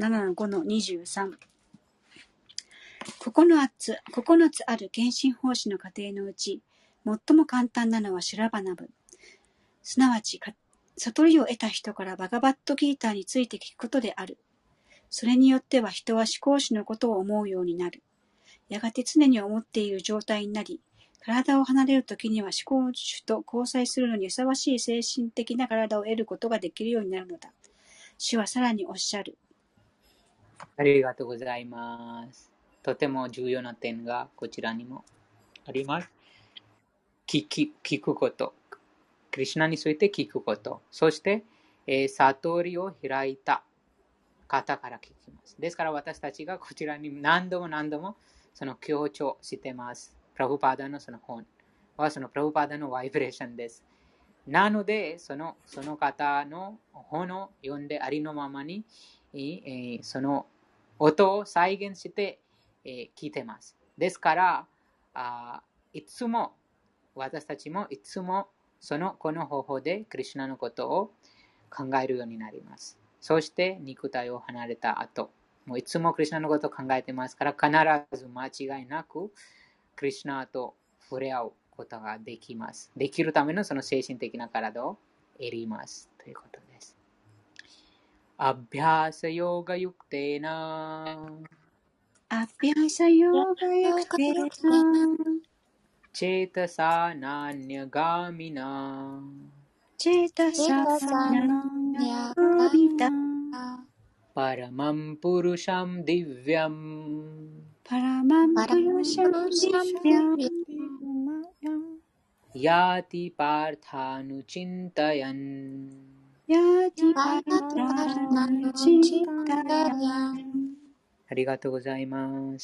7-5-23。9つある献身奉仕の過程のうち、最も簡単なのはシュラバナブ。すなわち、悟りを得た人からバガバットギーターについて聞くことである。それによっては人は思考主のことを思うようになる。やがて常に思っている状態になり、 体を離れるときには思考主と交際するのにふさわしい精神的な体を得ることができるようになるのだ。主はさらにおっしゃる。 ありがとうございます。とても重要な点がこちらにもあります。聞くこと。クリシュナについて聞くこと。そして、悟りを開いた方から聞きます。ですから私たちがこちらに何度もその強調しています。プラブパーダのその本はそのプラブパーダのバイブレーションです。なのでその方の本を読んでありのままに、その音を再現して、聞いています。ですからいつも私たちもいつもこの方法でクリシュナのことを考えるようになります。そして肉体を離れた後、もういつもクリシュナのことを考えてますから、必ず間違いなくクリシュナと触れ合うことができます。できるためのその精神的な体を得りますということです。アビャーサヨガユクテナアビャサヨガユクテナチェータサナニャガミナチェタサナニャミダパラマンプルシャムディヴィャムパラマンプルシャムディヴャムヤティパータヌチンタヤンヤティパタヌチンタヤン。 ありがとうございます。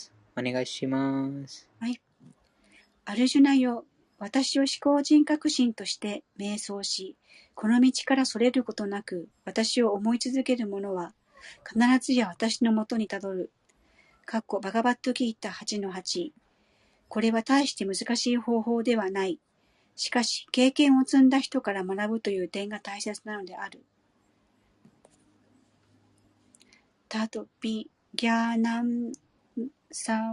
お願いします。 はい。アルジュナよ、私を思考人格心として瞑想し、この道からそれることなく、私を思い続ける者は、必ずや私のもとにたどる。バガバットギータ 8-8。これは大して難しい方法ではない。しかし、経験を積んだ人から学ぶという点が大切なのである。タトピギャーナンサ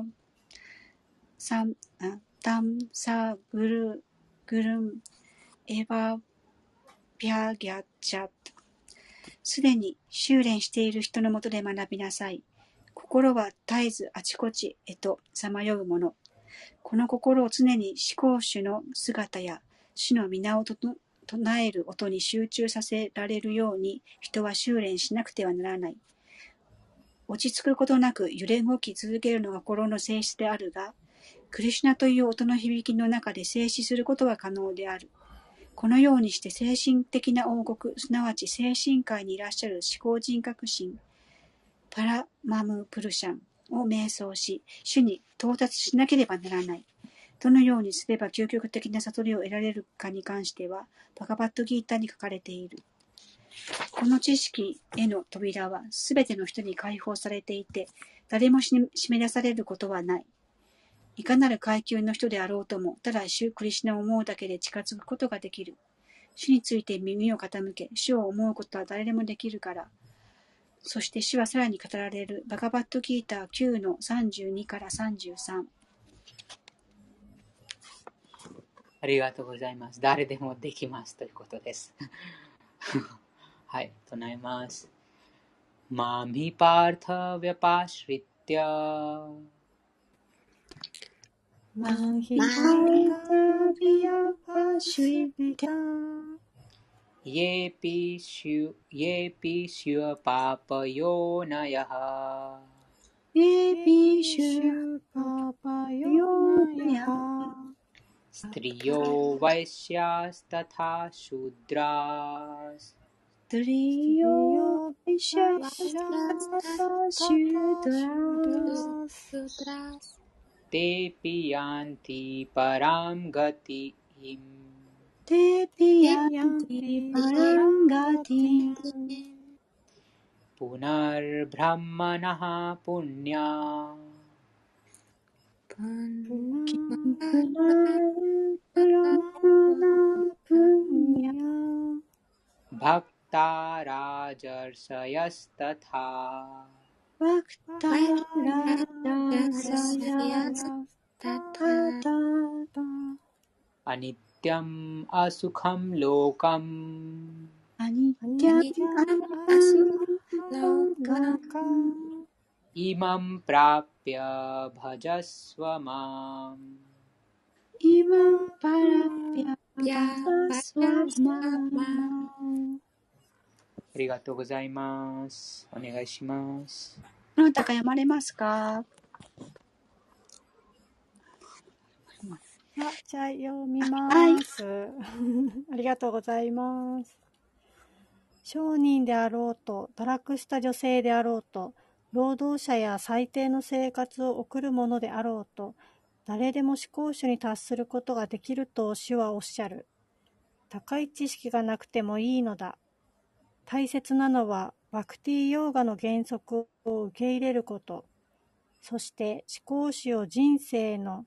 タンサグルンエヴァピャギャチャット。すでに修練している人のもとで学びなさい。心は絶えずあちこちへとさまようもの。この心を常に思考主の姿や主の皆を唱える音に集中させられるように人は修練しなくてはならない。落ち着くことなく揺れ動き続けるのが心の性質であるが、クリシュナという音の響きの中で静止することは可能である。このようにして精神的な王国、すなわち精神界にいらっしゃる思考人格心、パラマムプルシャンを瞑想し、主に到達しなければならない。どのようにすれば究極的な悟りを得られるかに関しては、バガバットギータに書かれている。この知識への扉はすべての人に開放されていて、誰も締め出されることはない。いかなる階級の人であろうとも、ただ主クリシュナを思うだけで近づくことができる。主について耳を傾け、主を思うことは誰でもできるから。そして主はさらに語られるバガバットギータ 9-32 から33。 ありがとうございます。誰でもできますということです。はい、唱えます。マミパータヴィャパシリティアマヒパータヴィアパシュリタイエピシュアパパヨナヤハエピシュパパヨナヤハストリヨワイシャスタタシュドラスストリヨワイシャスタシュドラステピヤンティパラムガティイムテピヤンティパランガティプナルブラマナハプニャプナルブラマナプニャバクタラジャルサヤスタタバクタラサヤスタタアニティアムアスカムローカムアニティアムアスロカイマムプラピャバジャスワマム今パラピャピャパスワマありがとうございます。お願いします。 どなたか読まれますか？ じゃあ読みはいます。ありがとうございます。商人であろうと、堕落した女性であろうと、労働者や最低の生活を送る者であろうと、誰でも至高主に達することができると主はおっしゃる。高い知識がなくてもいいのだ。大切なのはバクティヨーガの原則を受け入れること、そして至高主を人生の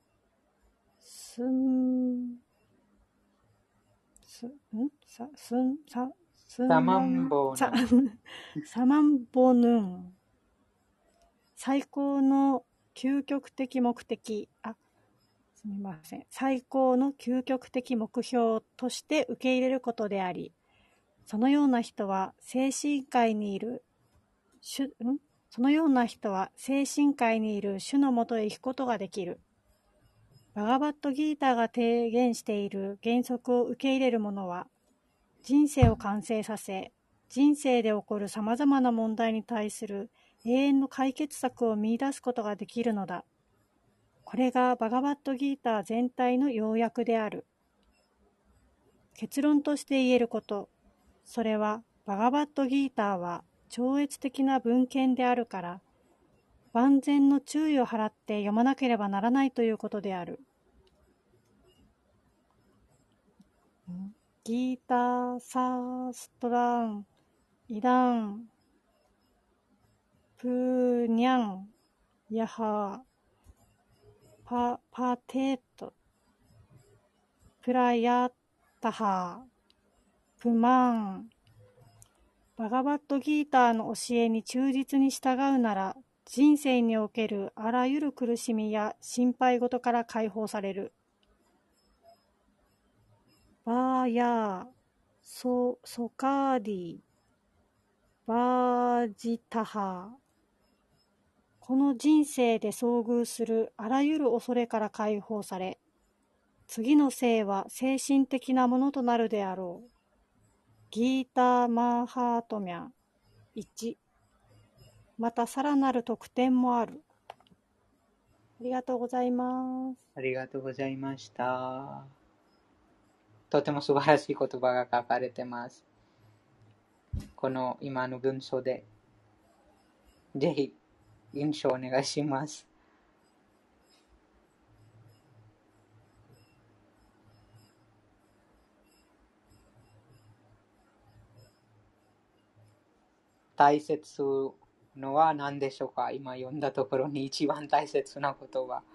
サマンボーヌサマンボヌン、最高の究極的目的、すみません、最高の究極的目標として受け入れることであり、そのような人は精神界にいる主のもとへ行くことができる。バガバットギーターが提言している原則を受け入れる者は、人生を完成させ、人生で起こるさまざまな問題に対する永遠の解決策を見出すことができるのだ。これがバガバットギーター全体の要約である。結論として言えること、それはバガバットギーターは超越的な文献であるから、万全の注意を払って読まなければならないということである。ギーターサーストランイダンプーニャンヤハパテートプラヤタハプマン。バガバットギーターの教えに忠実に従うなら、人生におけるあらゆる苦しみや心配事から解放される。バーヤーソカーディバージタハ。この人生で遭遇するあらゆる恐れから解放され、次の生は精神的なものとなるであろう。ギーターマーハートミャン1。またさらなる特典もある。ありがとうございます。 ありがとうございました。とても素晴らしい言葉が書かれてます。この今の文章で、ぜひ印象お願いします。大切のは何でしょうか？今読んだところに一番大切なことは。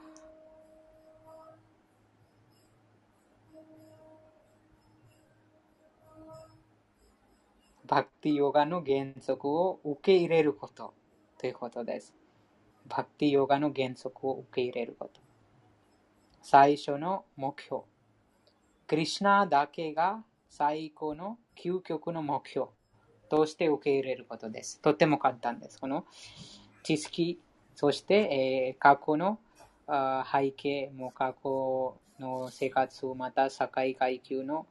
バクティヨガの原則を受け入れることということです。バクティヨガの原則を受け入れること。最初の目標。クリシュナだけが最高の究極の目標として受け入れることです。とても簡単です。この知識、そして、過去の背景も過去の生活、また社会階級の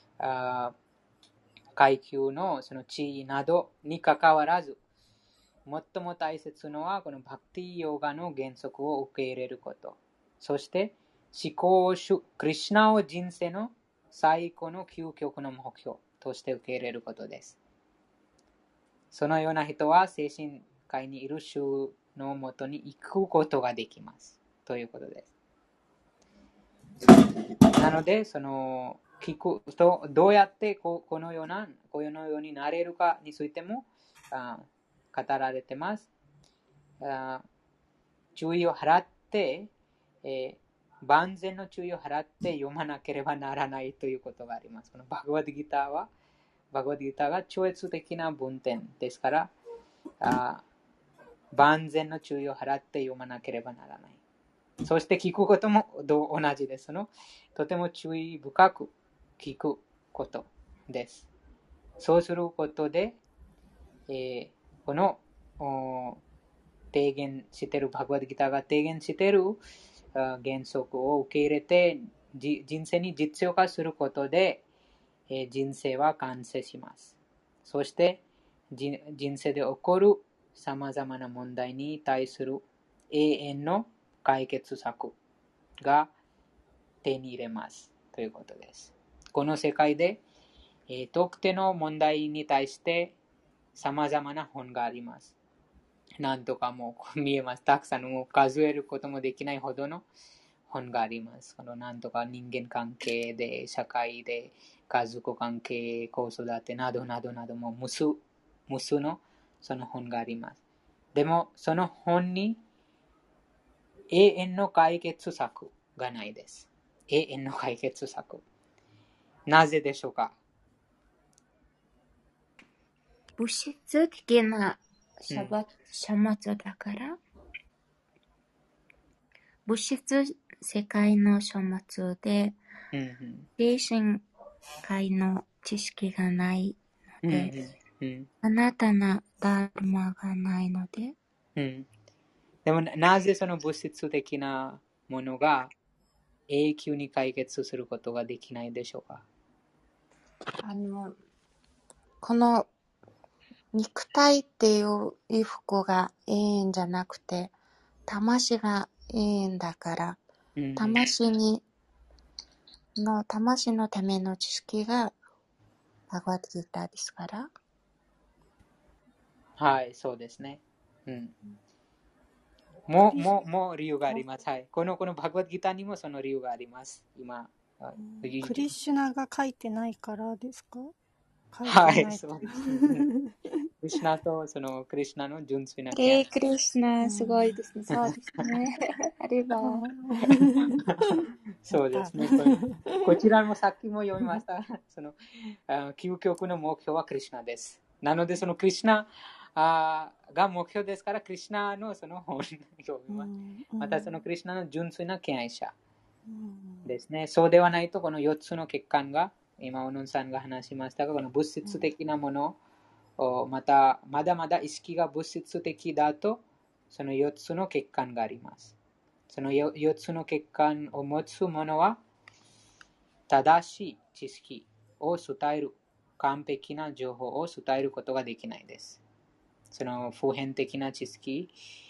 その地位などにかかわらず、最も大切なのはこのバクティヨガの原則を受け入れること。そして至高主クリシュナを人生の最高の究極の目標として受け入れることです。そのような人は精神界にいる主のもとに行くことができますということです。なので、その聞くとどうやってこのようになれるかについても語られてます。注意を払って、万全の注意を払って読まなければならないということがあります。このバガバッドギーターが超越的な文典ですから、万全の注意を払って読まなければならない。そして聞くことも同じです。とても注意深く聞くことです。そうすることで、この提言しているバガバッドギーターが提言している原則を受け入れて人生に実用化することで、人生は完成します。そして人生で起こるさまざまな問題に対する永遠の解決策が手に入れますということです。この世界で、特定の問題に対してさまざまな本があります。なんとかも見えます。たくさんもう数えることもできないほどの本があります。なんとか人間関係で、社会で、家族関係、子育てなどなどなども無数のその本があります。でもその本に永遠の解決策がないです。永遠の解決策。なぜでしょうか？ 物質的な書物だから、物質世界の書物で、精神界の知識がないので、新たなダルマがないので、 でもなぜその物質的なものが永久に解決することができないでしょうか？ この肉体っていう衣服が永遠じゃなくて、魂が永遠だから、魂のための知識がバガバッドギーターですから。 はい、そうですね。もう理由があります。はい。このバガバッドギーターにもその理由があります。今。 クリシュナが書いてないからですか？ はい、そうですね。クリシュナとそのクリシュナの純粋なクリシュナすごいですね。そうですね。あれば。 そうですね。こちらもさっきも読みました。その究極の目標はクリシュナです。なのでそのクリシュナが目標ですから、クリシュナのその本を読みます。またそのクリシュナの純粋な敬愛者ですね。そうではないと、この4つの欠陥が、今、オノンさんが話しましたが、この物質的なものを、まだまだ意識が物質的だと、その4つの欠陥があります。その4つの欠陥を持つ者は、正しい知識を伝える、完璧な情報を伝えることができないです。その普遍的な知識、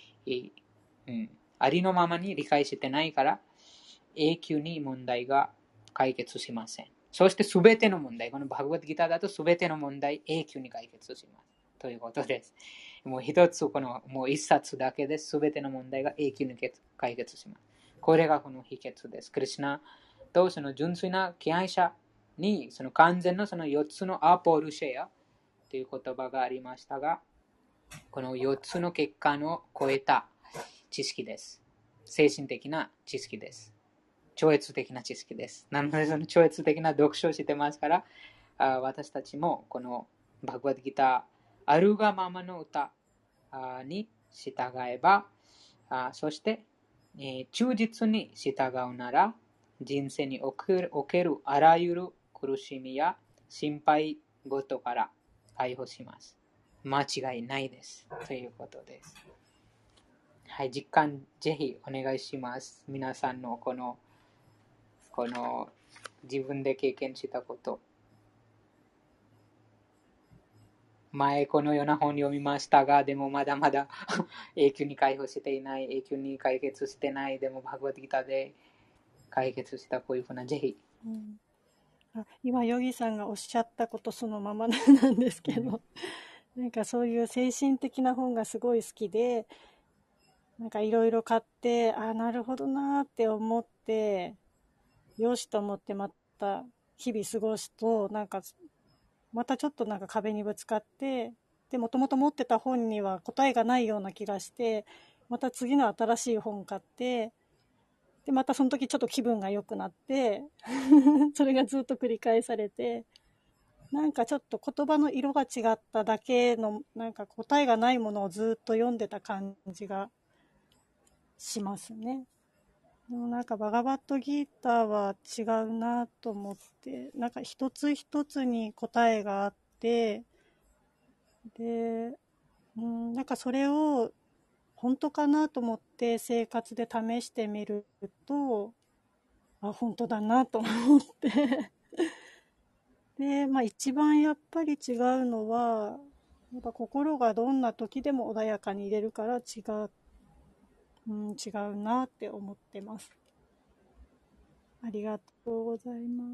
ありのままに理解してないから、永久に問題が解決しません。そしてすべての問題、このバガバッドギーターだとすべての問題永久に解決します。ということです。もう一つ、もう一冊だけです。すべての問題が永久に解決します。これがこの秘訣です。クリシュナとその純粋な敬愛者に、その完全のその4つのアポルシェアという言葉がありましたが、この4つの欠陥を超えた知識です。精神的な知識です。超越的な知識です。なので、その超越的な読書をしてますから、私たちもこのバガバッドギーター、あるがままの歌に従えば、そして、忠実に従うなら、人生におけるあらゆる苦しみや心配事から解放します。間違いないです。ということです。はい、実感ぜひお願いします。皆さんのこの自分で経験したこと。前このような本読みましたが、でもまだまだ永久に解放していない、永久に解決してない、でもバガバッドギーターで解決したこういうふうなぜひ。 今ヨギさんがおっしゃったことそのままなんですけど、なんかそういう精神的な本がすごい好きで、なんかいろいろ買って、なるほどなーって思って、よしと思ってまた日々過ごすと、なんかまたちょっとなんか壁にぶつかって、でもともと持ってた本には答えがないような気がして、また次の新しい本買って、でまたその時ちょっと気分が良くなってそれがずっと繰り返されて、なんかちょっと言葉の色が違っただけの、なんか答えがないものをずっと読んでた感じがしますね。でもなんかバガバッドギーターは違うなと思って、なんか一つ一つに答えがあって、で、なんかそれを本当かなと思って生活で試してみると、 本当だなと思ってで、一番やっぱり違うのは、やっぱ心がどんな時でも穏やかに入れるから違うなって思ってます。ありがとうございます。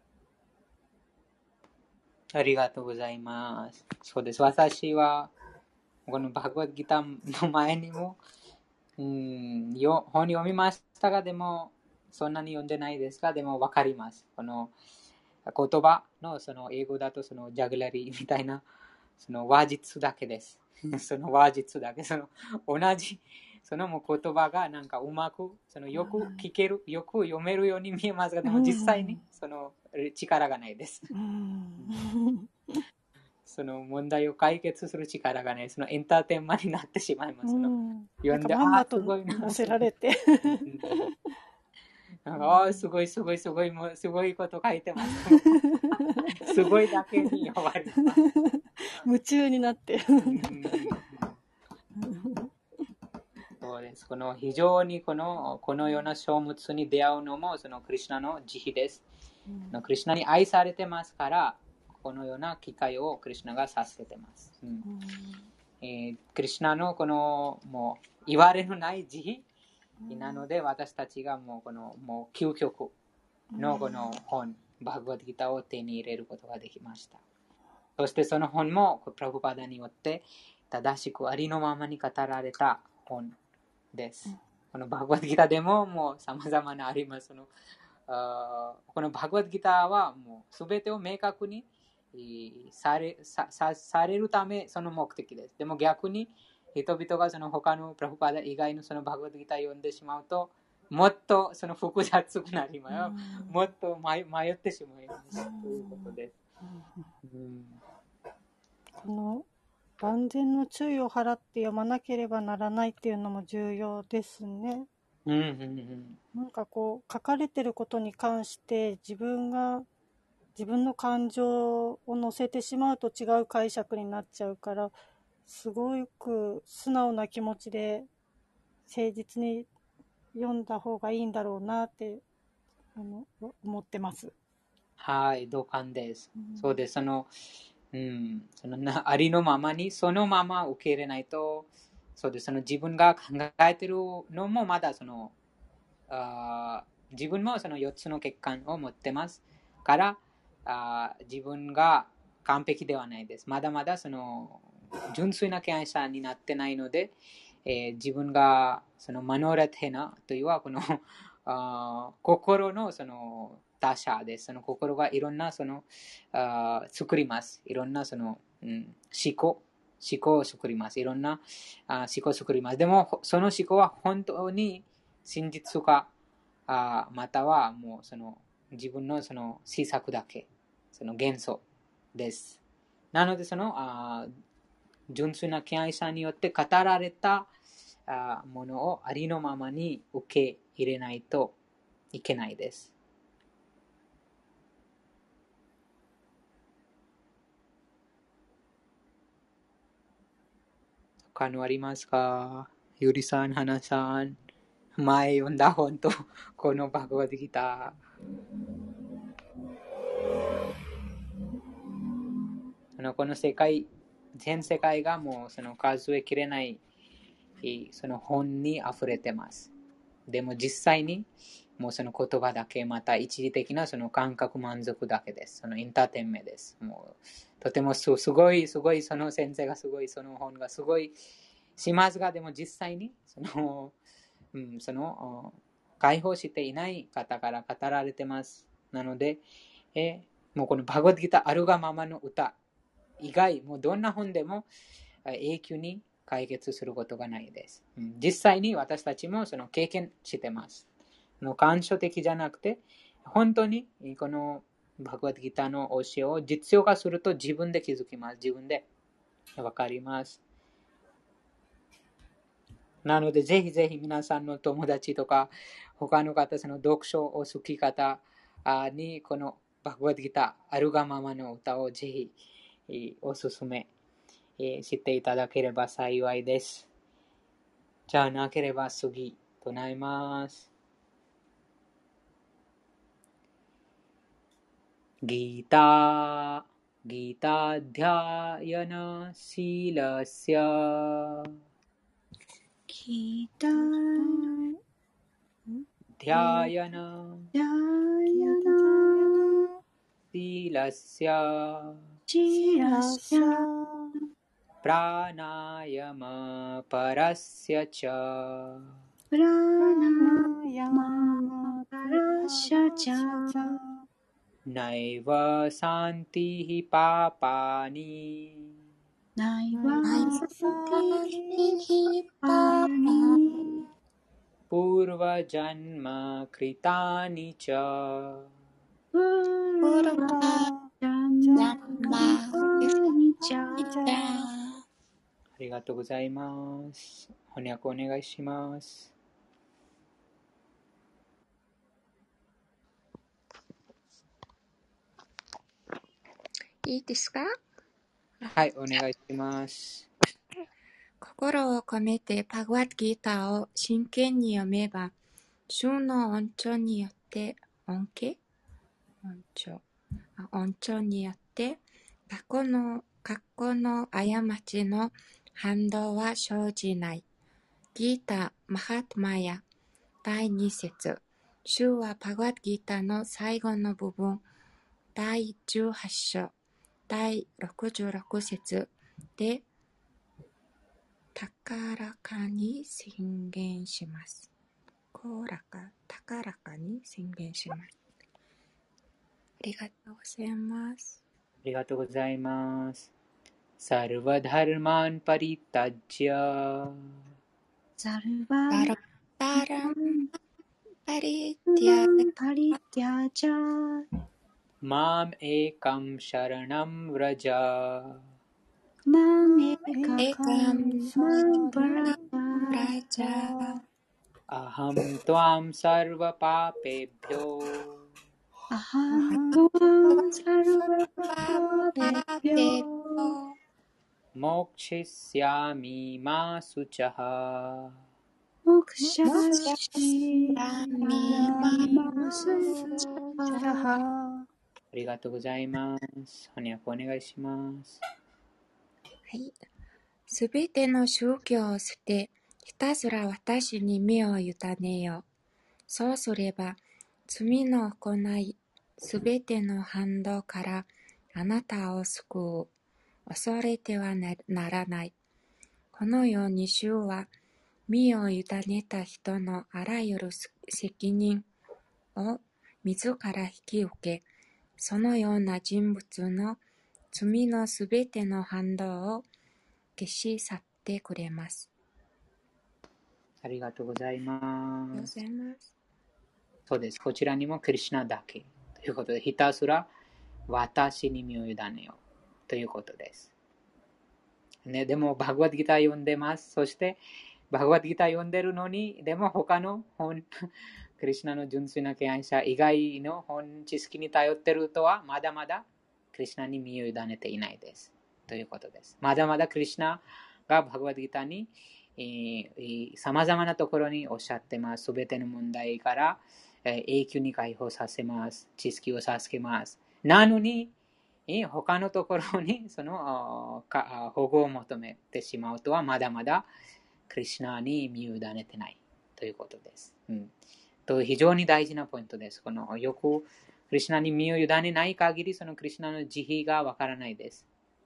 ありがとうございます。そうです。私は、このバガバッドギターの前にも、本読みましたが、でも、そんなに読んでないですが、でも分かります。この言葉の、その英語だとそのジャグラリーみたいな、その話術だけです。その話術だけ。その同じ、そのもう言葉がなんかうまく、そのよく聞ける、よく読めるように見えますが、でも実際にその力がないです。その問題を解決する力がない。そのエンターテインメントになってしまいます。 読んで、まんまと乗せられて。 すごいすごいすごい、もうすごいこと書いてます。すごいだけに終わります。 夢中になってそうです。この非常にこのような書物に出会うのもそのクリシュナの慈悲です。クリシュナに愛されてますから、このような機会をクリシュナがさせてます。クリシュナのこのもう言われのない慈悲なので、私たちがもう究極のこの本、バガバッドギターを手に入れることができました。そしてその本もプラブパダによって正しくありのままに語られた本です。このバガバッドギターでももう様々なあります。このバガバッドギターはもう全てを明確にされるためその目的です。でも逆に人々がその他のプラブパダ以外のそのバガバッドギターを読んでしまうと、もっとその複雑くなります。もっと迷ってしまいますということです。 この万全の注意を払って読まなければならないっていうのも重要ですね。なんかこう書かれてることに関して自分の感情を乗せてしまうと違う解釈になっちゃうから、すごく素直な気持ちで誠実に読んだ方がいいんだろうなって思ってます。 はい、同感です。そうです。そのありのままにそのまま受け入れないと、そうです。その自分が考えているのもまだその自分もその4つの欠陥を持ってますから自分が完璧ではないです。まだまだその純粋な敬愛者になってないので、自分がそのマノラテナというはこの心のその他者です。その心がいろんなその作ります。いろんなその、思考を作ります。いろんな思考を作ります。でもその思考は本当に真実かまたはもうその自分のその思索だけ、その幻想です。なのでその純粋な敬愛者によって語られたものをありのままに受け入れないといけないです。他のありますか？ゆりさん、はなさん、前読んだ本とこのバガバッドギター。この世界、全世界がもうその数えきれないその本に溢れてます。でも実際にもうその言葉だけ、また一時的なその感覚満足だけです。そのエンターテインメントです。もうとてもすごいその先生がすごい、その本がすごいしますが、でも実際にその解放していない方から語られてます。なので、もうこのバガバッドギターあるがままの歌以外、もうどんな本でも永久に解決することがないです。実際に私たちもその経験してます。感傷的じゃなくて、本当にこのバガバッドギターの教えを実用化すると自分で気づきます。自分でわかります。なので、ぜひぜひ皆さんの友達とか、他の方、その読書を好き方に、このバガバッドギター、あるがままの歌をぜひおすすめしていただければ幸いです。じゃあ、なければ次、唱えます。 गीता गीताध्यायन शीलस्य गीता ध्यायन ध्यायना शीलस्य शीलस्य प्राणायाम परस्य च प्राणायामपरस्य च नैव शान्तिः पापानि नैव शान्तिः पापानि पूर्वजन्म कृतानि च पूर्वजन्मकृतानि च ありがとうございます。翻訳お願いします。 いいですか？ はい、お願いします。 心を込めてバガバッドギーターを真剣に読めば、主の恩寵によって、恩寵によって、過去の過ちの反動は生じない。ギータ・マハトマヤ第2節。主はバガバッドギーターの最後の部分、第18章、第66節で、高らかに宣言します。高らかに宣言します。ありがとうございます。 ありがとうございます。サルバダルマンパリタジャサルババラバランパリティアパリティアジャマムエカムシャラナムラジャマメエカカムマバララジャアハムトアムサルバパペビョアハトワンサルバパペビョモクシシャミマスチャハモクシャシラミママスチありがとうございます。翻訳お願いします。 はい。すべての宗教を捨て、ひたすら私に身を委ねよ。そうすれば、罪の行い、すべての反動からあなたを救う。恐れてはならない。このように主は、身を委ねた人のあらゆる責任を自ら引き受け、そのような人物の罪のすべての反動を消し去ってくれます。 ありがとうございありがとうごます。 ざいます。 そうです。こちらにもクリシュナだけということで、ひたすら私に身を委ねよということです。ね、でも、バグワッドギター読んでます。そして、バグワッドギター読んでるのに、でも他の本、クリシュナの純粋な敬愛者以外の本知識に頼ってるとは、まだまだクリシュナに身を委ねていないです。ということです。まだまだクリシュナがバグワッドギターに様々なところにおっしゃってます。すべての問題から永久に解放させます。知識を授けます。なのに、他のところにその保護を求めてしまうとはまだまだクリシュナに身を委ねてないということです。と非常に大事なポイントです。このよくクリシュナに身を委ねない限りそのクリシュナの慈悲がわからないです。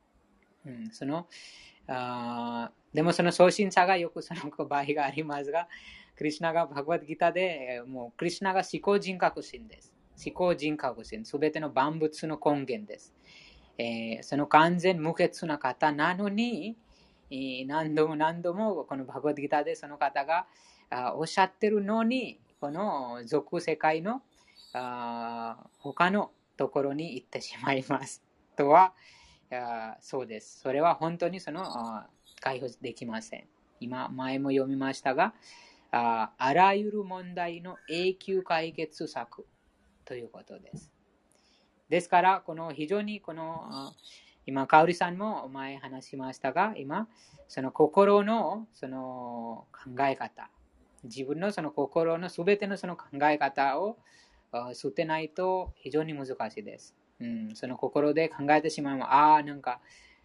でもその送信者がよくその場合がありますが、クリシュナがバグワッドギターでもうクリシュナが思考人格心です。思考人格心、すべての万物の根源です。その完全無欠な方なのに、何度もこのバグワッドギターでその方がおっしゃってるのに、この俗世界の他のところに行ってしまいますとは、そうです。それは本当にその解放できません。今前も読みましたが、あらゆる問題の永久解決策ということです。ですから、この非常にこの今、香織さんも前話しましたが、今、その心のその考え方、自分のその心のすべてのその考え方を捨てないと非常に難しいです。 その心で考えてしまう。なんか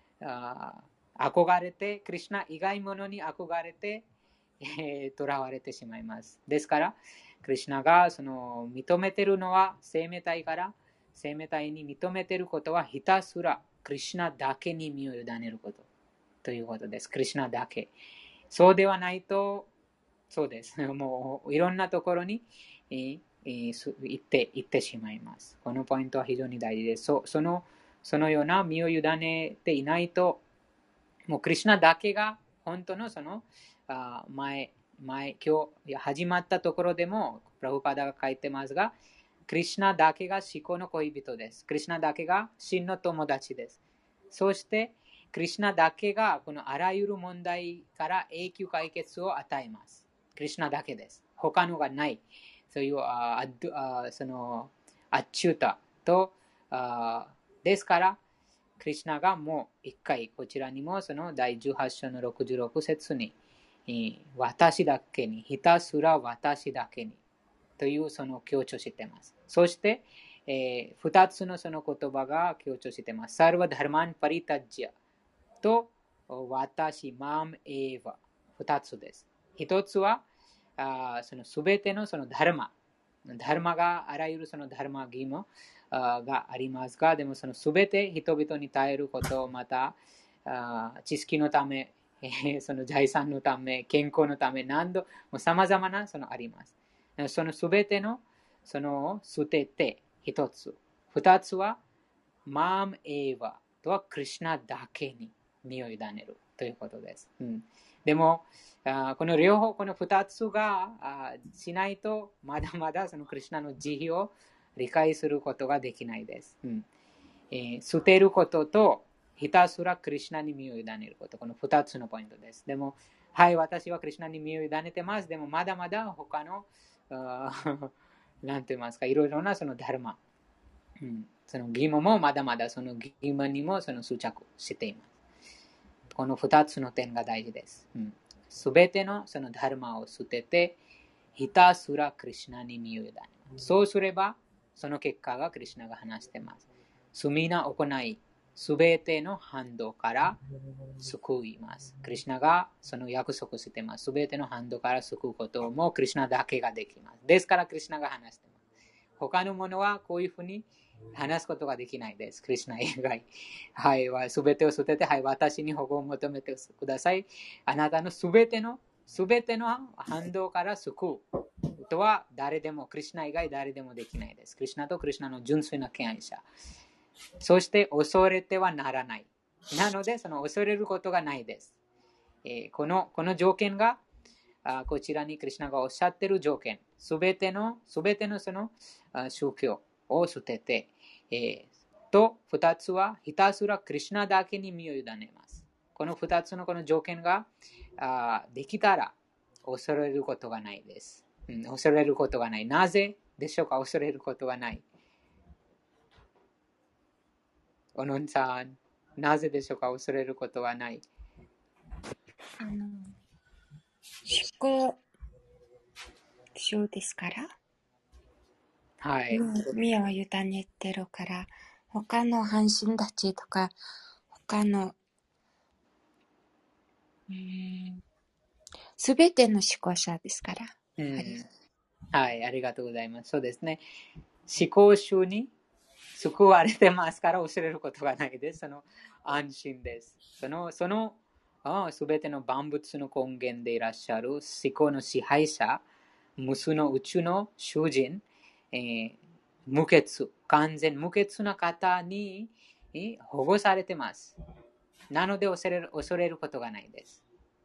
憧れて、クリシュナ以外ものに憧れて、囚われてしまいます。ですから、クリシュナがその認めているのは生命体から、生命体に認めていることはひたすらクリシュナだけに身を委ねることということです。クリシュナだけ。そうではないと、そうです。もういろんなところに行ってしまいます。このポイントは非常に大事です。そのような身を委ねていないと、もうクリシュナだけが本当のその今日始まったところでもプラブパダが書いてますが、クリシュナだけが思考の恋人です。クリシュナだけが真の友達です。そしてクリシュナだけがこのあらゆる問題から永久解決を与えます。クリシュナだけです。他のがない。そういうそのアッチュータとですから、クリシュナがもう一回こちらにもその第18章の66節に私だけに、ひたすら私だけにというその強調しています。そして、2つのその言葉が強調しています。サルバダルマンパリタッジャと私マムエーヴァ。2つです。1つはそのすべてのそのダルマがあらゆるそのダルマ義務がありますが、でもそのすべて人々に耐えること、また知識のため、その財産のため、健康のため、さまざまなそのあります。そのすべてのその捨てて一つ。二つはマームエーヴァとはクリシュナだけに身を委ねるということです。でもこの両方、この二つがしないとまだまだそのクリシュナの慈悲を理解することができないです。捨てることとひたすらクリシュナに身を委ねること、この2つのポイントです。でも、はい、私はクリシュナに身を委ねてます。でも、まだまだ他の、なんて言いますか、いろいろなそのダルマ、その義務もまだまだその義務にもその執着しています。この2つの点が大事です。すべてのそのダルマを捨てて、ひたすらクリシュナに身を委ねます。そうすれば、その結果がクリシュナが話しています。罪な行い、すべての反動から救います。クリシュナがその約束しています。すべての反動から救うこともクリシュナだけができます。ですからクリシュナが話しています。他のものはこういうふうに話すことができないです。クリシュナ以外。はい、すべてを捨てて、はい、私に保護を求めてください。あなたのすべての反動から救うとは誰でも、クリシュナ以外誰でもできないです。クリシュナとクリシュナの純粋な敬愛者。そして恐れてはならない。なので、その恐れることがないです。この条件がこちらにクリシュナがおっしゃっている条件。すべてのその宗教を捨てて、と2つはひたすらクリシュナだけに身を委ねます。この2つのこの条件ができたら恐れることがないです。恐れることがない。なぜでしょうか？恐れることがない。おのんさん、なぜでしょうか？恐れることはない。 思考症ですから。 はい。 身を委ねてるから、他の半身たちとか、他のすべての思考者ですから。 はい、ありがとうございます。そうですね。思考主に救われてますから恐れることがないです。その安心です。そのすべての万物の根源でいらっしゃる思考の支配者、無数の宇宙の主人、無欠、完全無欠な方に保護されてます。なので恐れることがないです。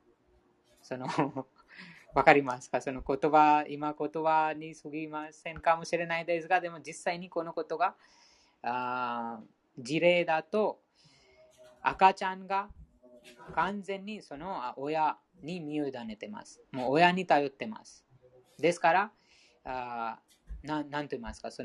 わかりますか？その言葉に過ぎませんかもしれないですが、でも実際にこのことが事例だと、赤ちゃんが完全にその親に身を委ねてます。もう親に頼ってます。ですからなんと言いますか、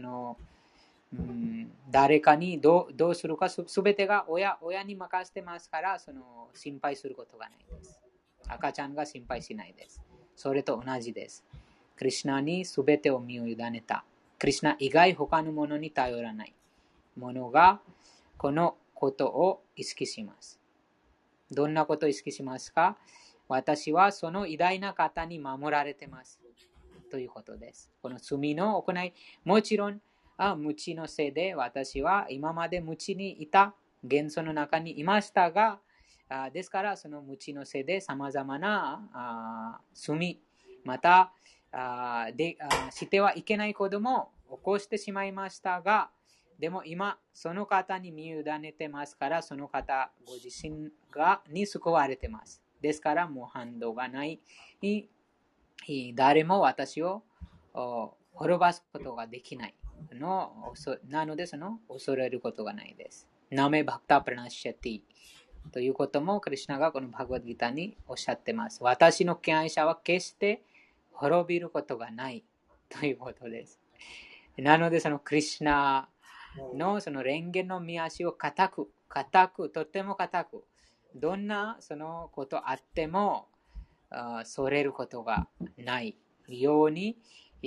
誰かにどうするかすべてが親に任せてますから、心配することがないです。赤ちゃんが心配しないです。それと同じです。クリシュナにすべてを身を委ねた。クリシュナ以外他のものに頼らない。 者がこのことを意識します。どんなことを意識しますか？私はその偉大な方に守られていますということです。この罪の行い、もちろん無知のせいで私は今まで無知にいた元素の中にいましたが、ですからその無知のせいでさまざまな罪、またしてはいけないことも起こしてしまいましたが、でも今その方に身を委ねてますから、その方ご自身に救われてます。ですからもう反動がない、誰も私を滅ばすことができないなので、その恐れることがないです。ナメバクタプラナシャティということもクリシュナがこのバグワッドギータにおっしゃってます。私の敬愛者は決して滅びることがないということです。なのでそのクリシュナのその蓮華の御足を固く、とても固く、どんなそのことあってもそれることがないように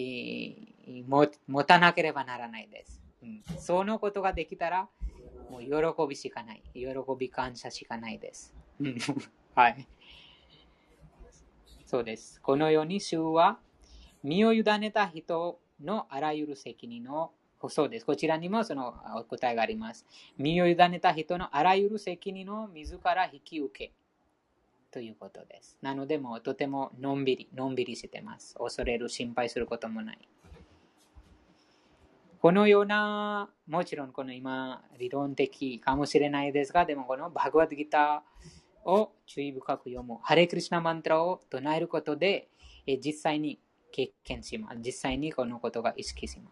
持たなければならないです。そのことができたらもう喜びしかない。喜び感謝しかないです。はい。そうです。このように主は身を委ねた人のあらゆる責任をそうです。こちらにもそのお答えがあります。身を委ねた人のあらゆる責任を自ら引き受けということです。なのでもうとてものんびりしてます。恐れる、心配することもない。このような、もちろんこの今理論的かもしれないですが、でもこのバグワッドギータを注意深く読む、ハレクリシュナマントラを唱えることで、実際に経験します。実際にこのことが意識します。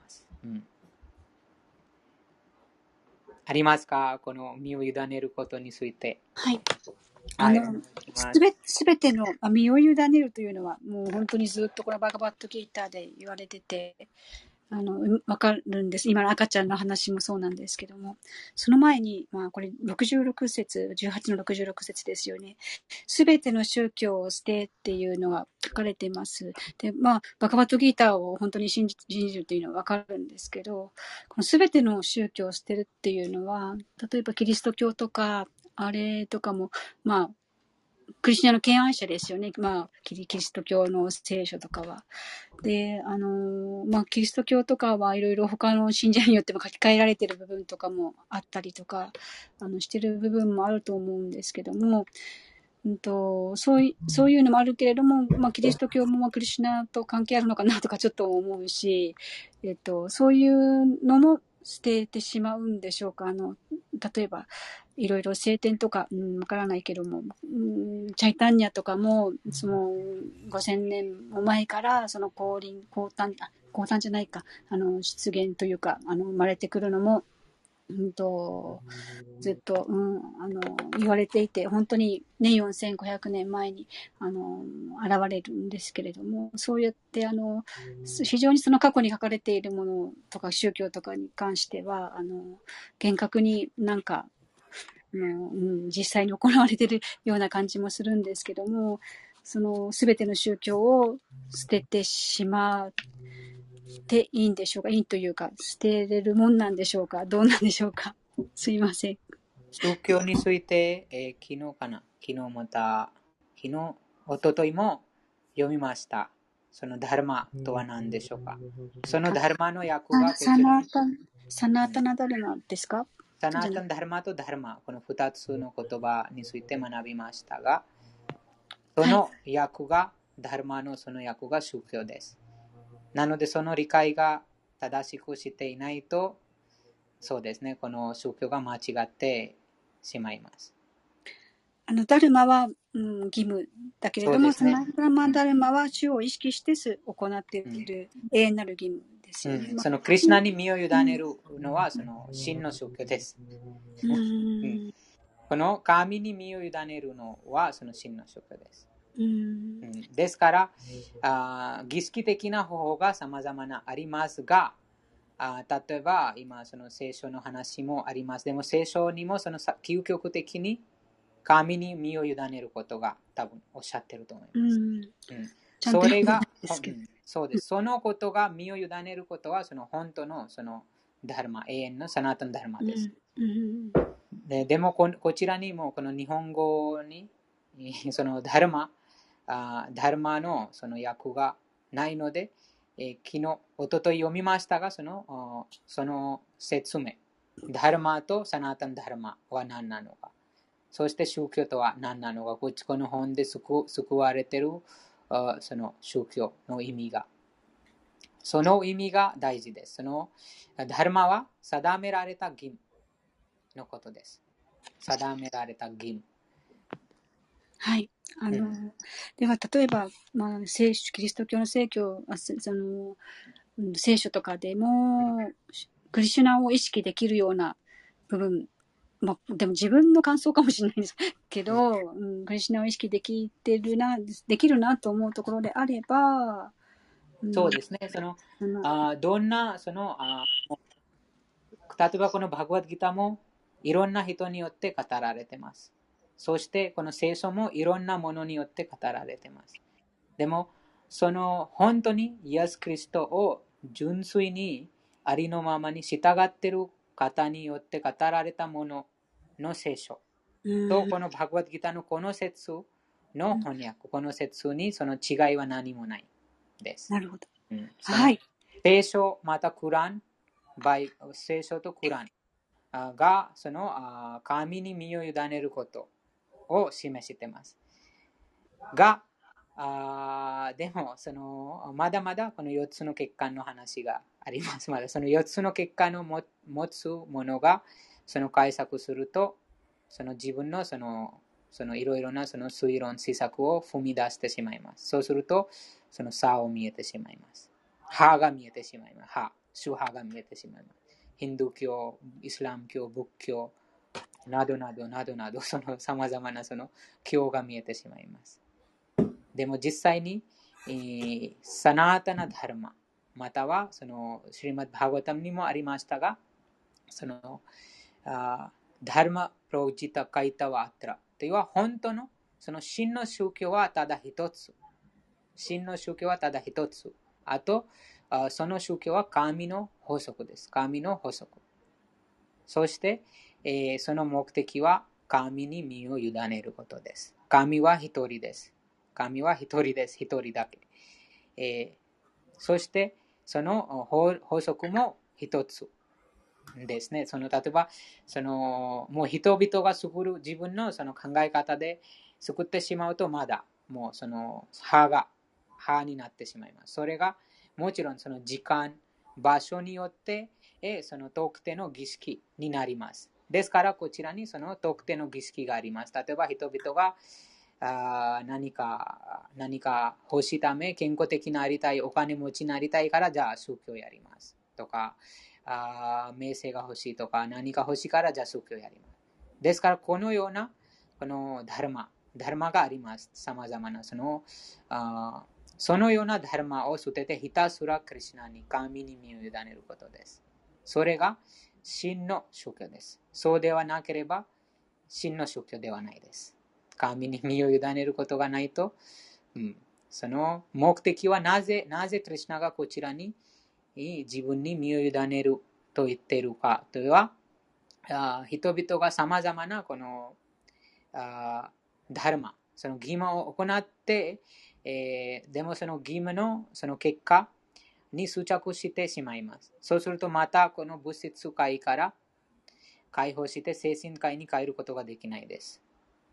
ありますか？この身を委ねることについて。 はい。 はい。 すべての身を委ねるというのは、もう本当にずっとこのバガバットギーターで言われてて、わかるんです。今の赤ちゃんの話もそうなんですけども、その前に、これ66節、18の66節ですよね。すべての宗教を捨てっていうのが書かれています。で、バガバットギーターを本当に信じるというのはわかるんですけど、このすべての宗教を捨てるっていうのは、例えばキリスト教とか、あれとかも、クリスチャンの敬愛者ですよね。キリスト教の聖書とかは。で、キリスト教とかはいろいろ他の信者によっても書き換えられている部分とかもあったりとか、してる部分もあると思うんですけども、そういうのもあるけれども、キリスト教もクリシュナと関係あるのかなとかちょっと思うし、そういうのも捨ててしまうんでしょうか。例えば、いろいろ聖典とか、わからないけども、チャイタンニャとかも、その、5000年も前から、その降誕じゃないか、出現というか、生まれてくるのも、ずっと、言われていて、本当にね、4500年前に、現れるんですけれども、そうやって、非常にその過去に書かれているものとか宗教とかに関しては、厳格になんか、実際に行われているような感じもするんですけども、その全ての宗教を捨ててしまっていいんでしょうか？いいというか、捨てれるもんなんでしょうか？どうなんでしょうか？すいません。 宗教について、昨日また、一昨日も読みました。そのダルマとは何でしょうか？そのダルマの訳がこちらに。 サナータナダルマですか？ サナータンダルマとダルマ、この2つの言葉について学びましたが、その訳が、ダルマのその訳が宗教です。なのでその理解が正しくしていないと、そうですね、この宗教が間違ってしまいます。 ダルマは、義務だけれども、サナータナダルマは主を意識して行っている永遠なる義務ですよね。 そのクリシュナに身を委ねるのはその真の宗教です。この神に身を委ねるのはその真の宗教です。ですから、儀式的な方法が様々なありますが、例えば今その聖書の話もあります。でも聖書にもその究極的に神に身を委ねることが多分おっしゃってると思います。それが、そうです。そのことが身を委ねることはその本当のそのダルマ、永遠のサナタンダルマです。 うんでもこちらにもこの日本語にそのダルマのその訳がないので、昨日、おととい読みましたが、その説明、ダルマとサナタンダルマは何なのか、そして宗教とは何なのか、この本で救われているその宗教の意味が、その意味が大事です。そのダルマは定められた義務のことです。定められた義務。 はい。では、例えば、キリスト教の聖書とかでも、クリシュナを意識できるような部分、でも自分の感想かもしれないですけど、クリシュナを意識できるなと思うところであれば、 そうですね。どんな、例えばこのバグワッドギターもいろんな人によって語られています。そしてこの聖書もいろんなものによって語られています。でも、本当にイエス・キリストを純粋にありのままに従っている方によって語られたものの聖書と、このバグワッドギターのこの説の翻訳、この説にその違いは何もないです。 なるほど。 はい。聖書、またクラン、聖書とクランが神に身を委ねることを示しています。が、でもまだまだこの4つの欠陥の話があります。まだその4つの欠陥を持つものが解釈すると自分のいろいろな推論施策を踏み出してしまいます。そうすると差を見えてしまいます。歯が見えてしまいます。主派が見えてしまいます。ヒンドゥー教、イスラム教、仏教などなどさまざまな教が見えてしまいます。でも実際に、サナータナダルマ、またはシリマッド・バーガタムにもありましたが、ダルマ・プロジタ・カイタワ・アトラというのは本当の真の宗教はただ一つ。真の宗教はただ一つ。あと、その宗教は神の法則です。神の法則。そして、その目的は神に身を委ねることです。神は一人です。神は一人です。一人だけ。そして、その法則も一つですね。例えば、もう人々が作る自分の考え方で作ってしまうと、まだもう歯になってしまいます。それがもちろん時間、場所によって特定の儀式になります。ですから、こちらに特定の儀式があります。例えば、人々が何か欲しいため、健康的になりたい、お金持ちになりたいから、じゃあ宗教やりますとか、名声が欲しいとか、何か欲しいから、じゃあ宗教やります。ですから、このようなこのダルマがあります。さまざまなそのようなダルマを捨てて、ひたすらクリシュナに、神に身を委ねることです。それが真の宗教です。そうではなければ真の宗教ではないです。神に身を委ねることがないと、その目的はなぜクリシュナがこちらに自分に身を委ねると言っているかというのは、人々がさまざまなこのダルマ、その義務を行って、でもその義務の結果に執着してしまいます。そうするとまたこの物質界から解放して精神界に変えることができないです。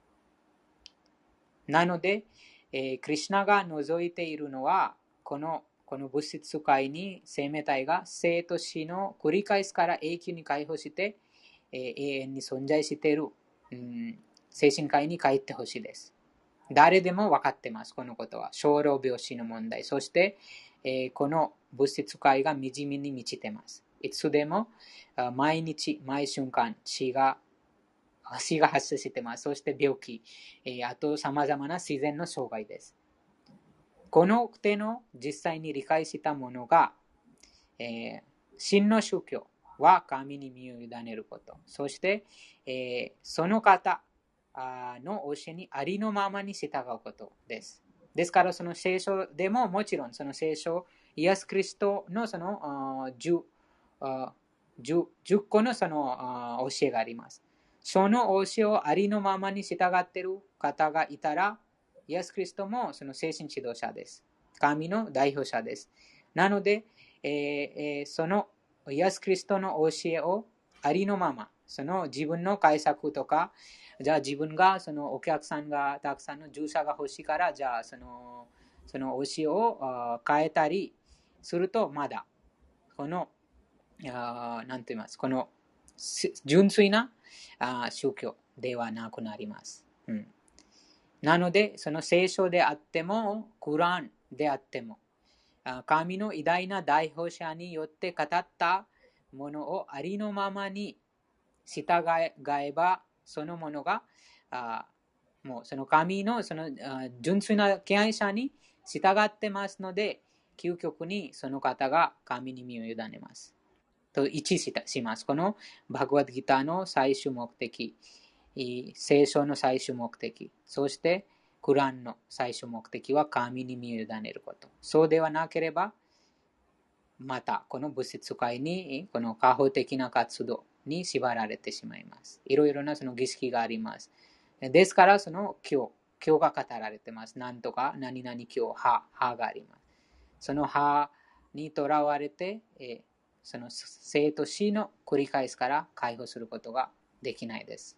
なので、クリシュナが除いているのはこの物質界に生命体が生と死の繰り返しから永久に解放して、永遠に存在している、精神界に帰ってほしいです。誰でも分かってます、このことは。生老病死の問題。そして、この物質界が惨めに満ちています。いつでも毎日、毎瞬間、死が発生しています。そして病気、あと様々な自然の障害です。この点の実際に理解したものが、真の宗教は神に身を委ねること。そして、その方の教えにありのままに従うことです。ですから、その聖書でももちろんその聖書、イエス・キリストの 10個のその教えがあります。その教えをありのままに従っている方がいたら、イエス・キリストもその精神指導者です。神の代表者です。なので、そのイエス・キリストの教えをありのまま、その自分の解釈とか、じゃあ自分がそのお客さんがたくさんの従者が欲しいから、じゃあその教えを変えたりすると、まだこのなんて言います、この純粋な宗教ではなくなります。なので、その聖書であっても、クランであっても、神の偉大な代表者によって語ったものをありのままに従えば、そのものがもうその神のその純粋な敬愛者に従ってますので、究極にその方が神に身を委ねます。と一致します。このバグワッドギターの最終目的、聖書の最終目的、そしてクランの最終目的は神に身を委ねること。そうではなければ、またこの物質界にこの過保的な活動に縛られてしまいます。いろいろなその儀式があります。ですから、その教が語られています。なんとか何々教、派があります。その派にとらわれて、その生と死の繰り返しから解放することができないです。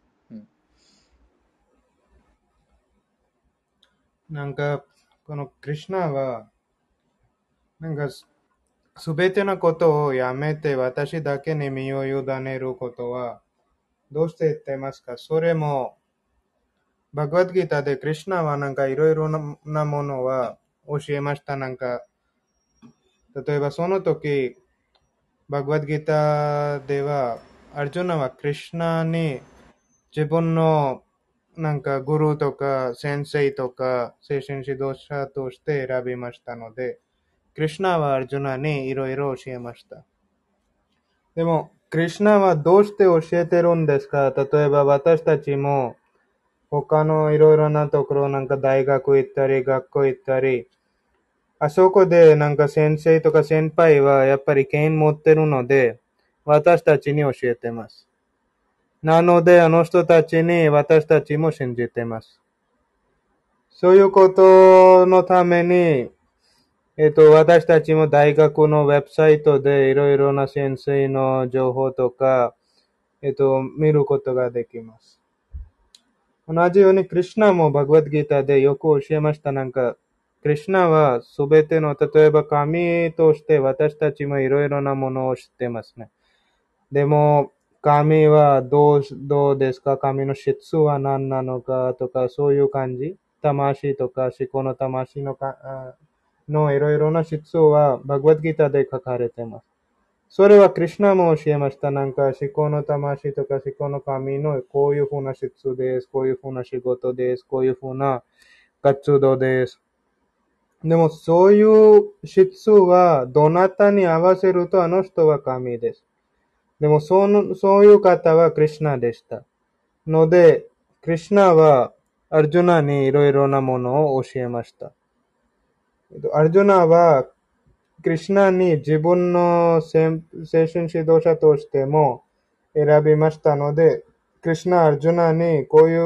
なんか、このクリシュナは、なんか、すべてのことをやめて私だけに身を委ねることは、どうして言ってますか？それも、バグワッドギターでクリシュナはなんかいろいろなものは教えました。なんか、例えばその時、バグワッドギターでは、アルジュナはクリシュナに自分のなんかグルーとか先生とか精神指導者として選びましたので、クリシュナはアルジュナにいろいろ教えました。でも、クリシュナはどうして教えてるんですか？例えば私たちも他のいろいろなところなんか大学行ったり学校行ったり、あそこでなんか先生とか先輩はやっぱり権威持ってるので、私たちに教えてます。なのであの人たちに私たちも信じてます。そういうことのために、私たちも大学のウェブサイトでいろいろな先生の情報とか、見ることができます。同じようにクリシュナもバグワッドギターでよく教えました。なんか、クリシュナはすべての、例えば神として私たちもいろいろなものを知ってますね。でも、神はどうですか？神の質は何なのかとか、そういう感じ。魂とか思考の魂のいろいろな質はバグワッドギターで書かれています。それはクリシュナも教えました。なんか思考の魂とか思考の神のこういうふうな質です。こういうふうな仕事です。こういうふうな活動です。でもそういう質はどなたに合わせるとあの人は神です。でもそういう方はクリシュナでした。ので、クリシュナはアルジュナにいろいろなものを教えました。アルジュナはクリシュナに自分の精神指導者としても選びましたので、クリシュナはアルジュナにこう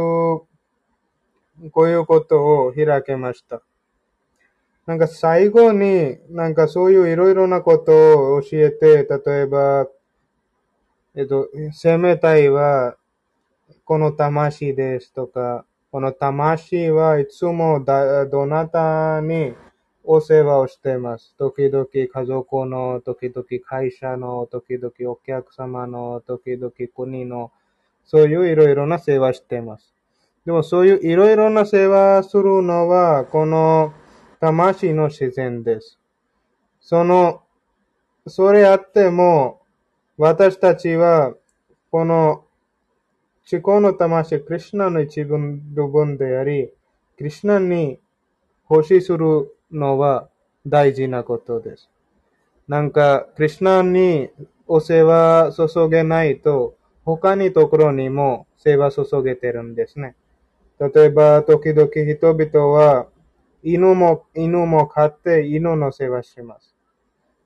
いうことを開けました。なんか最後になんかそういういろいろなことを教えて、例えば、生命体はこの魂ですとか、この魂はいつもどなたにお世話をしています。時々家族の、時々会社の、時々お客様の、時々国の、そういういろいろな世話しています。でもそういういろいろな世話するのは、この魂の自然です。それあっても、私たちは、この思考の魂、クリシュナの一部分であり、クリシュナに奉仕するのは大事なことです。なんか、クリシュナにお世話注げないと、他にところにも世話注げてるんですね。例えば、時々人々は犬も飼って犬の世話します。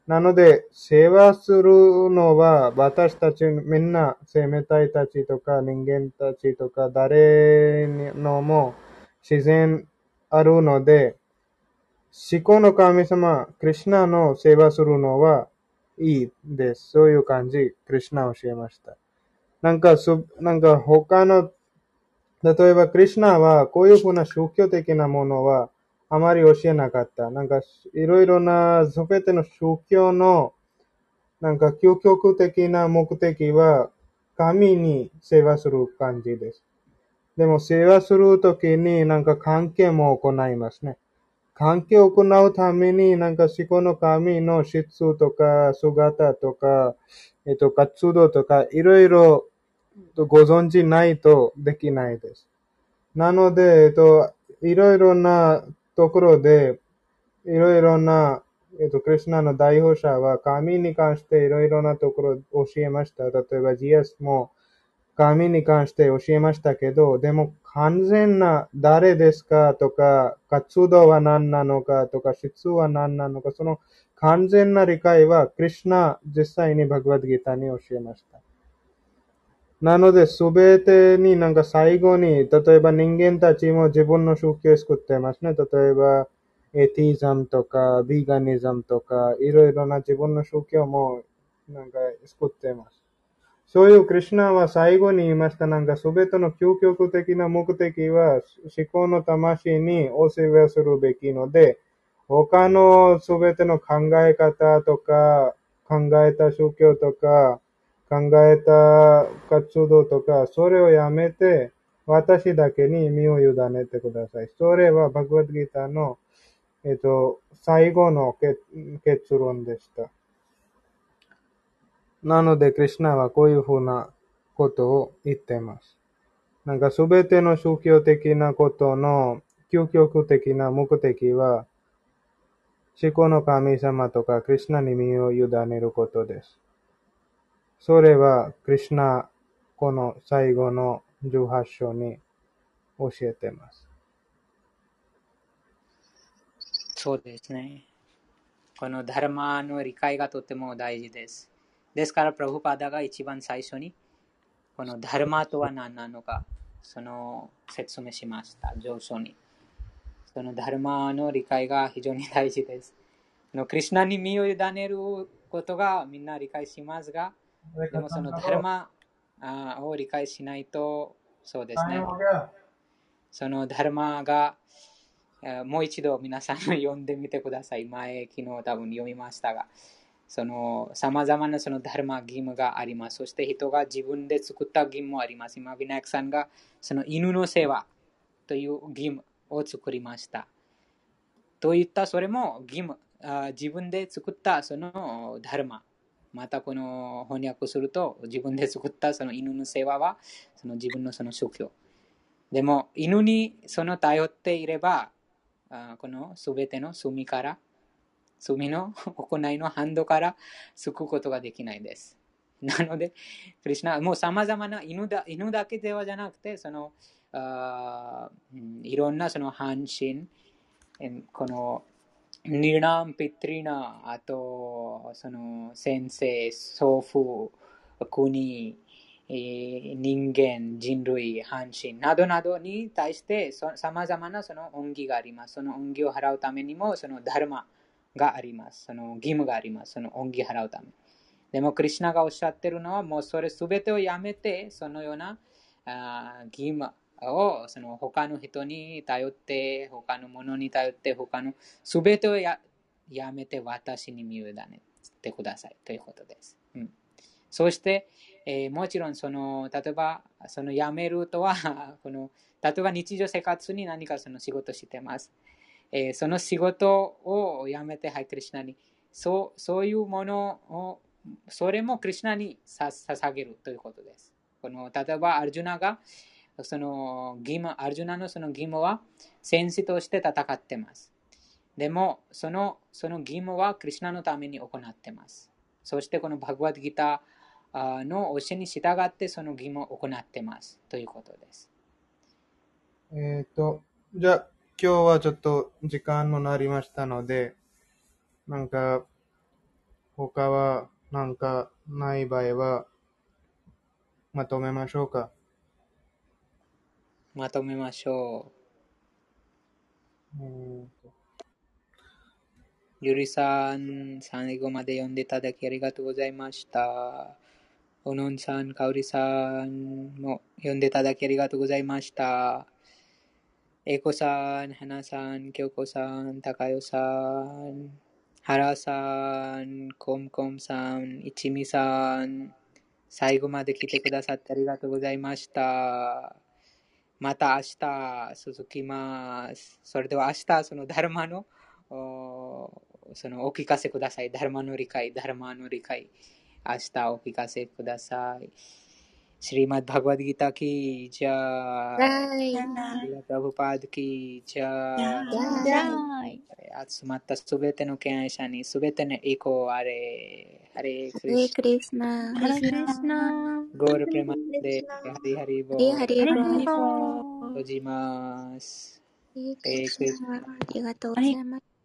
なので、世話するのは、私たちみんな、生命体たちとか人間たちとか、誰のも自然あるので、思考の神様、クリシュナの世話するのはいいです。そういう感じ、クリシュナ教えました。なんか他の、例えばクリシュナはこういうふうな宗教的なものはあまり教えなかった。なんかいろいろなすべての宗教のなんか究極的な目的は神に世話する感じです。でも世話するときになんか関係も行いますね。関係を行うためになんか思考の神の質とか姿とか、活動とかいろいろご存知ないとできないです。なので、いろいろなところで、いろいろな、クリシュナの代表者は神に関していろいろなところを教えました。例えば GS も神に関して教えましたけど、でも完全な誰ですかとか、活動は何なのかとか、質は何なのか、その完全な理解はクリシュナ実際にバグワッドギータに教えました。なので、すべてになんか最後に、例えば人間たちも自分の宗教を作ってますね。例えば、エティズムとか、ビーガニズムとか、いろいろな自分の宗教もなんか作ってます。そういうクリシュナは最後に言いました。なんかすべての究極的な目的は思考の魂にお世話するべきので、他のすべての考え方とか、考えた宗教とか、考えた活動とか、それをやめて、私だけに身を委ねてください。それはバグワッドギータの、最後の結論でした。なので、クリシュナはこういうふうなことを言っています。なんかすべての宗教的なことの究極的な目的は、思考の神様とかクリシュナに身を委ねることです。それはクリシュナ、この最後の18章に教えています。 そうですね。このダルマの理解がとても大事です。ですから、プラブパダが一番最初に、このダルマとは何なのか、その説明しました、上書に。そのダルマの理解が非常に大事です。クリシュナに身を委ねることがみんな理解しますが、でもそのダルマを理解しないと、そうですね。そのダルマが、もう一度皆さん読んでみてください。前、昨日多分読みましたが、その様々なそのダルマ義務があります。そして人が自分で作った義務もあります。今、ヴィナヤクさんがその犬の世話という義務を作りました。といったそれも義務、自分で作ったそのダルマ。またこの翻訳すると、自分で作ったその犬の世話はその自分のその宗教。でも犬にその頼っていれば、このすべての罪の行いのハンドから救うことができないです。なので、クリシュナはもう様々な犬だけではじゃなくて、そのいろんなその半身、このニルナン、ピトリナ、あとその先生、祖父、国、人間、人類、半身などなどに対して様々なその恩義があります。その恩義を払うためにもそのダルマがあります。その義務があります。その恩義を払うため。でもクリシュナがおっしゃっているのは、もうそれすべてをやめて、そのような義務をその他の人に頼って、他のものに頼って、他のすべてをやめて私に身を委ねてくださいということです。そして、もちろんその例えばその辞めるとはこの例えば日常生活に何かその仕事してます。その仕事を辞めて、はい、クリシュナにそういうものをそれもクリシュナに捧げるということです。この例えばアルジュナがその義務、アルジュナのその義務は戦士として戦っています。でもその義務はクリシュナのために行っています。そしてこのバグワッドギターの教えに従ってその義務を行っていますということです。 じゃあ今日はちょっと時間もなりましたので、なんか他はなんかない場合はまとめましょうか。 まとめましょうんとう。ゆりさん、最後まで読んでいただきありがとうございました。おのんさん、かおりさんも読んでいただきありがとうございました。えこさん、はなさん、きょうこさん、たかよさん、はらさん、こんこんさん、いちみさん、最後まで来てくださってありがとうございました。また明日続きます。それでは明日そのダルマのそのお聞かせください。ダルマの理解、明日お聞かせください。श्रीमद् भगवद गीता की जय, はい。 श्रील प्रभुपाद की जय, じゃはい。 ーい。 集まったすべての敬愛者にすべての栄光あれ。ハレクハレリシクリスナ。 ハレクリスナナ、ゴールプレマでハリハリハリボーハリボー。 ハレハリボハリボー。 ー。 閉じます。 ハレクハレクリスナ。 リスナ。ありがとうありございます。